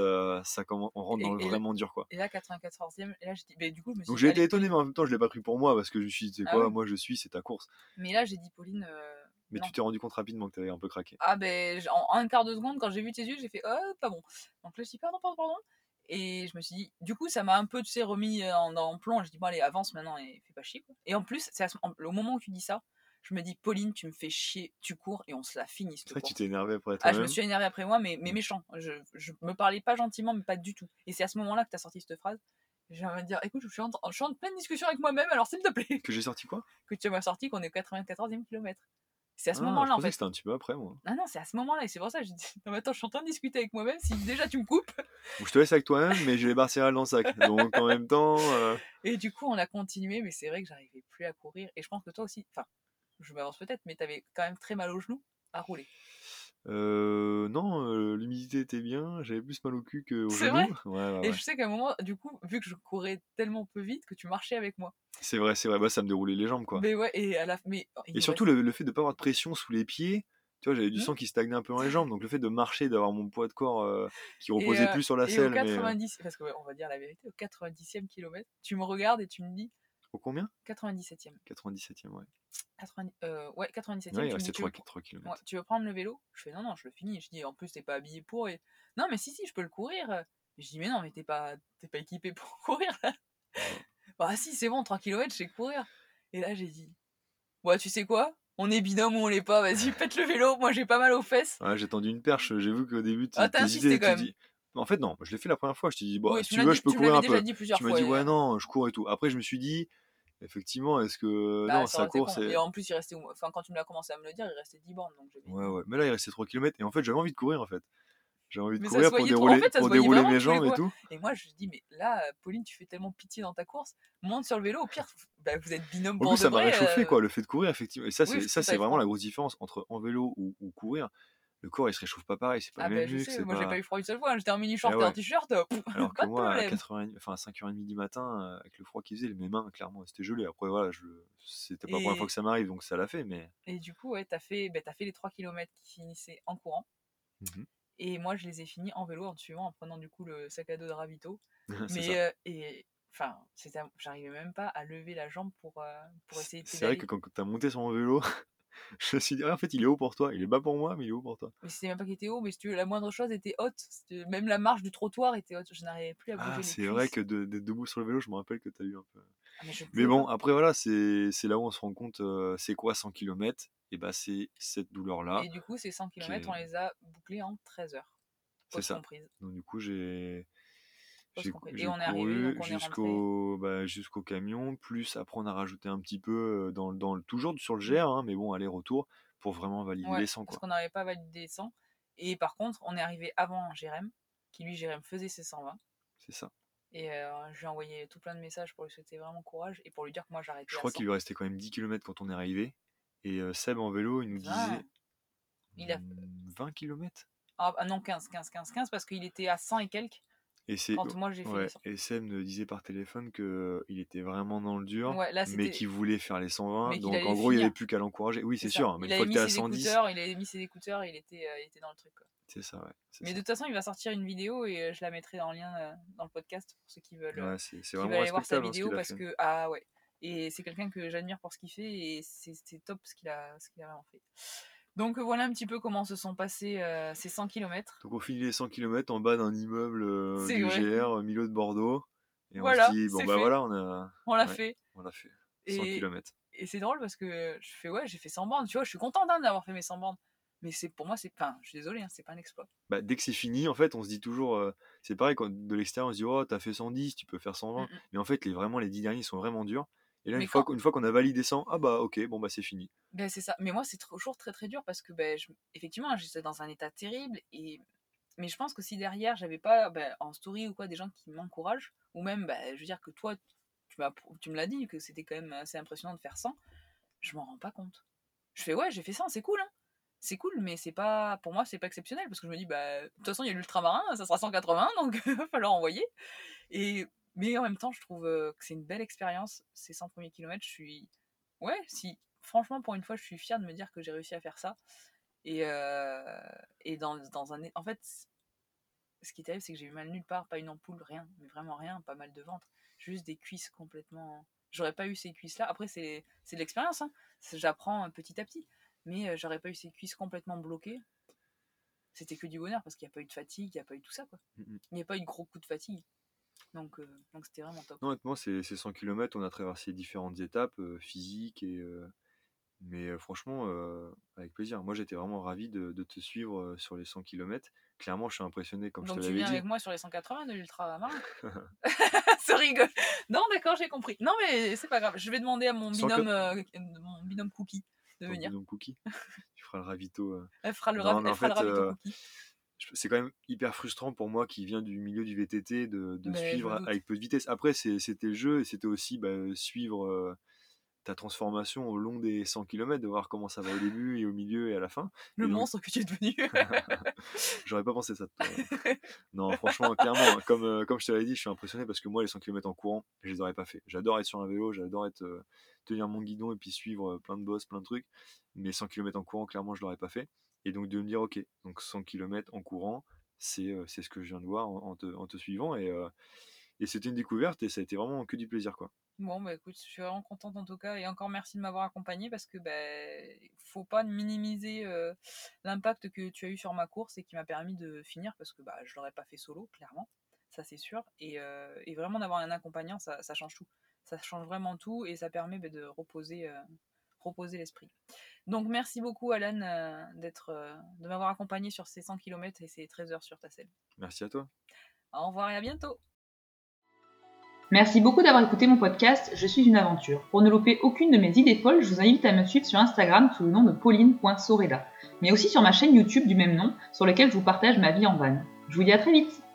on rentre dans le Et, et, là- vraiment dur, quoi». et là, 94e, et là, j'ai dit, mais du coup, je me suis Donc dit, j'ai été allez, étonné, Pauline. mais en même temps, je l'ai pas pris pour moi parce que je me suis dit: «Tu sais Ah quoi? ouais. Moi, je suis, c'est ta course». Mais là, j'ai dit, Pauline, Mais non. tu t'es rendu compte rapidement que tu avais un peu craqué. Ah ben, en un quart de seconde, quand j'ai vu tes yeux, j'ai fait, oh, pas bon. Donc là, je dis, pardon, pardon, pardon. Et je me suis dit, du coup, ça m'a un peu, tu sais, remis en plomb. Je dis, bon, allez, avance maintenant et fais pas chier, quoi. Et en plus, au moment où tu dis ça, je me dis, Pauline, tu me fais chier, tu cours et on se la finit, C'est cette vrai que tu course. t'es énervé après Ah, je me toi-même. suis énervée après moi, mais méchant. Je me parlais pas gentiment, mais pas du tout. Et c'est à ce moment-là que t'as sorti cette phrase. J'ai envie de dire, écoute, je suis en pleine discussion avec moi-même, alors s'il te plaît, Que j'ai sorti quoi? que tu m'as sorti qu'on est au 94e kilomètre. C'est à ce Ah, je moment-là, en pensais que fait. c'était un petit peu après, moi. Ah non, c'est à ce moment-là, et c'est pour ça que je dis: «Non mais attends, je suis en train de discuter avec moi-même, si déjà tu me coupes». Bon, je te laisse avec toi-même, mais j'ai les barres céréales dans le sac. Donc en même temps, Et du coup, on a continué, mais c'est vrai que j'arrivais plus à courir. Et je pense que toi aussi, enfin, je m'avance peut-être, mais t'avais quand même très mal aux genoux à rouler. non, l'humidité était bien, j'avais plus mal au cul qu'aux C'est vrai? genoux. Ouais, ouais, Et ouais. je sais qu'à un moment, du coup, vu que je courais tellement peu vite, que tu marchais avec moi. C'est vrai, bah, ça me déroulait les jambes, quoi. Mais ouais, et à la mais il Et nous surtout, reste. le fait de pas avoir de pression sous les pieds, tu vois, j'avais du Mmh. sang qui stagnait un peu dans les jambes, donc le fait de marcher, d'avoir mon poids de corps qui Et, reposait plus sur la et au selle, mais 90, parce que ouais, on va dire la vérité, au 90e kilomètre, tu me regardes et tu me dis, au combien? 97e. 97e, ouais. 90, ouais, 97e, Ouais, il tu me dis, restait tu veux, 3 ouais, km. tu veux prendre le vélo? Je fais, non, non, je le finis. Je dis, en plus, t'es pas habillé pour. Et... Non, mais si, si, je peux le courir. Je dis, mais non, mais t'es pas équipé pour courir là. Bah si, c'est bon, 3 km, je sais courir. Et là, j'ai dit, ouais, tu sais quoi? On est binôme ou on l'est pas, vas-y, pète le vélo, moi j'ai pas mal aux fesses. Ouais, j'ai tendu une perche, j'ai vu qu'au début, Ah, t'as insisté t'hésitais, quand tu même. dis... En fait, non, je l'ai fait la première fois, je t'ai dit, bon, Oui, si tu veux, je peux tu me courir l'avais un déjà peu. dit plusieurs Tu m'as fois. dit, ouais, non, je cours et tout. Après, je me suis dit, effectivement, est-ce que... Bah, Non, ça ça aurait été court, con. Et c'est... en plus, il restait, enfin, quand tu me l'as commencé à me le dire, il restait 10 bornes, donc j'avais Ouais, dit. ouais. Mais là, il restait 3 km, et en fait, j'avais envie de courir, en fait. J'avais envie de Mais ça se courir voyait trop. En fait, ça se pour voyait dérouler vraiment mes que tu voulais jambes et courir. tout. Et moi, je dis, mais là, Pauline, tu fais tellement pitié dans ta course. Monte sur le vélo, au pire, bah, vous êtes binôme En pour plus, de ça m'a vrai. réchauffé, quoi, le fait de courir, effectivement. Et ça, Oui, je trouve ça c'est t'avais vraiment froid. la grosse différence entre en vélo ou courir. Le corps, il se réchauffe pas pareil, c'est pas les Ah, mêmes ben je muscles, sais, c'est moi j'ai pas pas. eu froid une seule fois. J'étais en mini Eh short et en ouais. t-shirt, Alors que pas de moi, à problème. 4h30, enfin à 5h30 du matin, avec le froid qu'il faisait, mes mains, clairement, c'était gelé. Après, voilà, c'était pas la première fois que Et, ça m'arrive, donc ça l'a fait, mais. et du coup, ouais, t'as fait les 3 kilomètres qui finissaient en courant. Mhm. Et moi, je les ai finis en vélo, en te suivant, en prenant du coup le sac à dos de ravito. C'est ça. Mais, et enfin, j'arrivais même pas à lever la jambe pour essayer de C'est vrai pédaler. que quand t'as monté sur mon vélo, je me suis dit, ah, en fait, il est haut pour toi. Il est bas pour moi, mais il est haut pour toi. Mais c'était même pas qu'il était haut, mais si tu veux, la moindre chose était haute. Même la marche du trottoir était haute. Je n'arrivais plus à Ah, bouger les c'est vrai cuisses. que d'être debout sur le vélo, je me rappelle que t'as eu un peu. Ah, mais je Mais pouvais bon, pas. après, voilà, c'est là où on se rend compte, c'est quoi 100 km? Et bah, c'est cette douleur-là Et du coup, ces 100 qui km, est. on les a bouclés en 13 heures. C'est Pause ça. comprise. Donc, du coup, Pause comprise. Et j'ai on est arrivé, donc couru on est rentré. jusqu'au camion, plus après, on a rajouté un petit peu toujours sur le Mm. GR, hein, mais bon, aller-retour pour vraiment valider Ouais, les 100, parce quoi. qu'on n'avait pas validé les 100. Et par contre, on est arrivé avant Jérém, qui lui, Jérém, faisait ses 120. C'est ça. Et je lui ai envoyé tout plein de messages pour lui souhaiter vraiment courage et pour lui dire que moi Je j'arrêtais à crois qu'il 100. lui restait quand même 10 km quand on est arrivé. Et Seb en vélo, il nous 20. disait Il a... 20 km. Ah non, 15 parce qu'il était à 100 et quelques Et c'est quand moi j'ai fait les ouais, 100. et Seb me disait par téléphone que il était vraiment dans le dur, Ouais, là mais c'était. qu'il voulait faire les 120. Mais qu'il Donc en allait gros, il n'y avait finir. plus qu'à l'encourager. Oui, C'est c'est ça. sûr, hein, mais Il une avait fois que mis tu es à ses 110, écouteurs, il était dans le truc, quoi. c'est ça, ouais, c'est Mais de ça. toute façon, il va sortir une vidéo et je la mettrai en lien dans le podcast pour ceux Ouais, c'est qui vraiment veulent aller voir sa respectable, hein, ce vidéo qu'il a parce fait. que ah ouais. Et c'est quelqu'un que j'admire pour ce qu'il fait et c'est top ce qu'il a vraiment fait. Donc voilà un petit peu comment se sont passés ces 100 km. Donc on finit les 100 km en bas d'un immeuble C'est du vrai. GR au milieu de Bordeaux. Et on se Voilà, dit, bon c'est bah fait. voilà, on a, On l'a ouais, fait. on a fait 100 Et, km. et c'est drôle parce que je fais ouais, j'ai fait 100 bornes, tu vois, je suis contente hein, d'avoir fait mes 100 bornes. Mais c'est pour moi, enfin, je suis désolée, hein, c'est pas un exploit. Bah, dès que c'est fini, en fait, on se dit toujours, c'est pareil, quand de l'extérieur, on se dit, oh, t'as fait 110, tu peux faire Mm, 120. mm. Mais en fait, vraiment, les 10 derniers sont vraiment durs. Et là, Mais quand, une fois qu'on a validé 100, ah bah ok, bon bah c'est fini. ben c'est ça. Mais moi, c'est toujours très très dur parce que ben, effectivement, j'étais dans un état terrible. Mais je pense que si derrière, j'avais pas ben, en story ou quoi des gens qui m'encouragent, ou même, ben, je veux dire que toi, tu me l'as dit, que c'était quand même assez impressionnant de faire 100, je m'en rends pas compte. Je fais ouais, j'ai fait 100, c'est cool, hein. C'est cool, mais c'est pas, pour moi, c'est pas exceptionnel parce que je me dis, bah, de toute façon, il y a l'ultramarin, ça sera 180, donc il va falloir envoyer. Et, mais en même temps, je trouve que c'est une belle expérience. Ces 100 premiers kilomètres, je suis. Ouais, si. Franchement, pour une fois, je suis fière de me dire que j'ai réussi à faire ça. Et, dans un. En fait, ce qui est terrible, c'est que j'ai eu mal nulle part, pas une ampoule, rien, mais vraiment rien, pas mal de ventre, juste des cuisses complètement. J'aurais pas eu ces cuisses-là. Après, c'est de l'expérience, hein. J'apprends petit à petit. Mais j'aurais pas eu ces cuisses complètement bloquées. C'était que du bonheur parce qu'il n'y a pas eu de fatigue, il n'y a pas eu tout ça, quoi. Mhm. Il n'y a pas eu de gros coups de fatigue. Donc c'était vraiment top. Non, honnêtement, ces 100 km, on a traversé différentes étapes physiques, mais franchement, avec plaisir. Moi, j'étais vraiment ravi de te suivre sur les 100 km. Clairement, je suis impressionné, comme je te Donc tu l'avais viens dit. avec moi sur les 180 de l'ultramarin. Ça rigole. Non, d'accord, j'ai compris. Non, mais c'est pas grave. Je vais demander à mon 104 binôme Cookie de ton venir. binôme Cookie. Tu feras le ravito. Elle fera le, Non, mais elle en fera le fait, ravito cookie. c'est quand même hyper frustrant pour moi qui vient du milieu du VTT de Mais je me suivre doute. avec peu de vitesse. Après, c'était le jeu et c'était aussi suivre ta transformation au long des 100 km, de voir comment ça va au début et au milieu et à la fin. Le Et donc, monstre que tu es devenu. j'aurais pas pensé ça de toi. Non, franchement, clairement, comme je te l'avais dit, je suis impressionné parce que moi, les 100 km en courant, je les aurais pas fait. J'adore être sur un vélo, j'adore tenir mon guidon et puis suivre plein de bosses, plein de trucs. Mais 100 km en courant, clairement, je l'aurais pas fait. Et donc, de me dire, ok, donc 100 km en courant, c'est ce que je viens de voir en te suivant. Et c'était une découverte et ça a été vraiment que du plaisir, quoi. Bon, bah écoute, je suis vraiment contente en tout cas. Et encore merci de m'avoir accompagnée parce que faut pas minimiser l'impact que tu as eu sur ma course et qui m'a permis de finir parce que je l'aurais pas fait solo, clairement. Ça, c'est sûr. Et vraiment d'avoir un accompagnant, ça change tout. Ça change vraiment tout et ça permet de reposer l'esprit. Donc, merci beaucoup, Alan, de m'avoir accompagné sur ces 100 km et ces 13 heures sur ta selle. Merci à toi. Au revoir et à bientôt. Merci beaucoup d'avoir écouté mon podcast Je suis une aventure. Pour ne louper aucune de mes idées folles, je vous invite à me suivre sur Instagram sous le nom de pauline.soreda, mais aussi sur ma chaîne YouTube du même nom, sur laquelle je vous partage ma vie en van. Je vous dis à très vite.